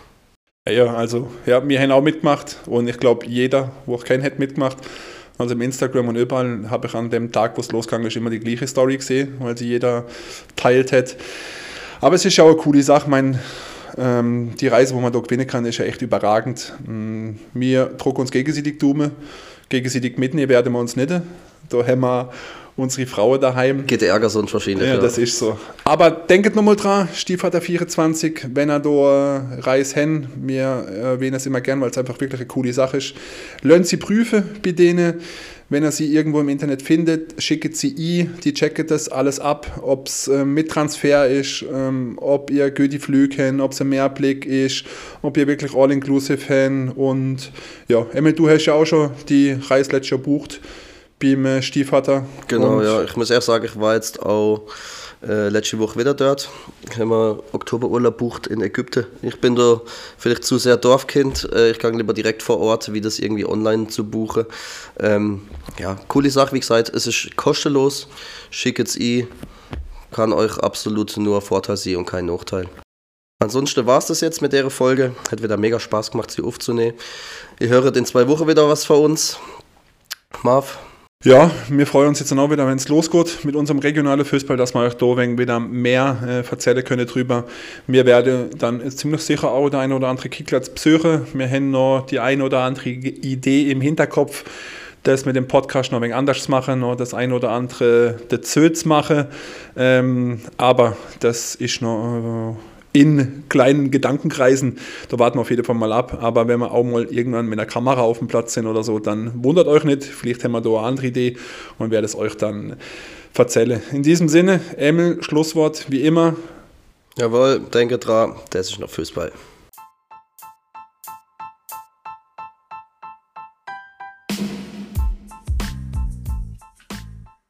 Ja, also ja, wir haben auch mitgemacht und ich glaube, jeder, wo auch keinen hat, mitgemacht. Also im Instagram und überall habe ich an dem Tag, wo es losgegangen ist, immer die gleiche Story gesehen, weil sie jeder teilt hat. Aber es ist ja auch eine coole Sache. Mein, ähm, die Reise, wo man da gewinnen kann, ist ja echt überragend. Wir drücken uns gegenseitig die Daumen, gegenseitig mitnehmen werden wir uns nicht. Da haben wir unsere Frauen daheim. Geht der Ärger sonst wahrscheinlich. Ja, Ja, das ist so. Aber denkt nochmal dran, Stiefvater vierundzwanzig, wenn er da Reis hen, wir erwähnen es immer gern, weil es einfach wirklich eine coole Sache ist. Lernt sie prüfen bei denen. Wenn ihr sie irgendwo im Internet findet, schickt sie ein, die checken das alles ab, ob es ähm, mit Transfer ist, ähm, ob ihr gute Flüge habt, ob es ein Mehrblick ist, ob ihr wirklich all-inclusive habt. Und ja, Emil, du hast ja auch schon die Reise letztes Jahr gebucht beim äh, Stiefvater. genau, Und ja. Ich muss ehrlich sagen, ich war jetzt auch äh, letzte Woche wieder dort. Ich habe mir Oktoberurlaub bucht in Ägypten. Ich bin da vielleicht zu sehr Dorfkind. Äh, ich gehe lieber direkt vor Ort, wie das irgendwie online zu buchen. Ähm, ja, coole Sache, wie gesagt, es ist kostenlos. Schickt es ein. Kann euch absolut nur Vorteil sein und kein Nachteil. Ansonsten war es das jetzt mit der Folge. Hat wieder mega Spaß gemacht, sie aufzunehmen. Ihr hört in zwei Wochen wieder was von uns. Marv? Ja, wir freuen uns jetzt dann auch wieder, wenn es losgeht mit unserem regionalen Fußball, dass wir euch da wieder mehr äh, erzählen können drüber. Wir werden dann ziemlich sicher auch der eine oder andere Kickplatz besuchen. Wir haben noch die eine oder andere Idee im Hinterkopf, das mit dem Podcast noch ein wenig anders zu machen, noch das eine oder andere dazu zu machen. Ähm, aber das ist noch Äh, in kleinen Gedankenkreisen, da warten wir auf jeden Fall mal ab, aber wenn wir auch mal irgendwann mit einer Kamera auf dem Platz sind oder so, dann wundert euch nicht, vielleicht haben wir da eine andere Idee und werde es euch dann erzählen. In diesem Sinne, Emil, Schlusswort wie immer. Jawohl, denke dran, das ist noch Fußball.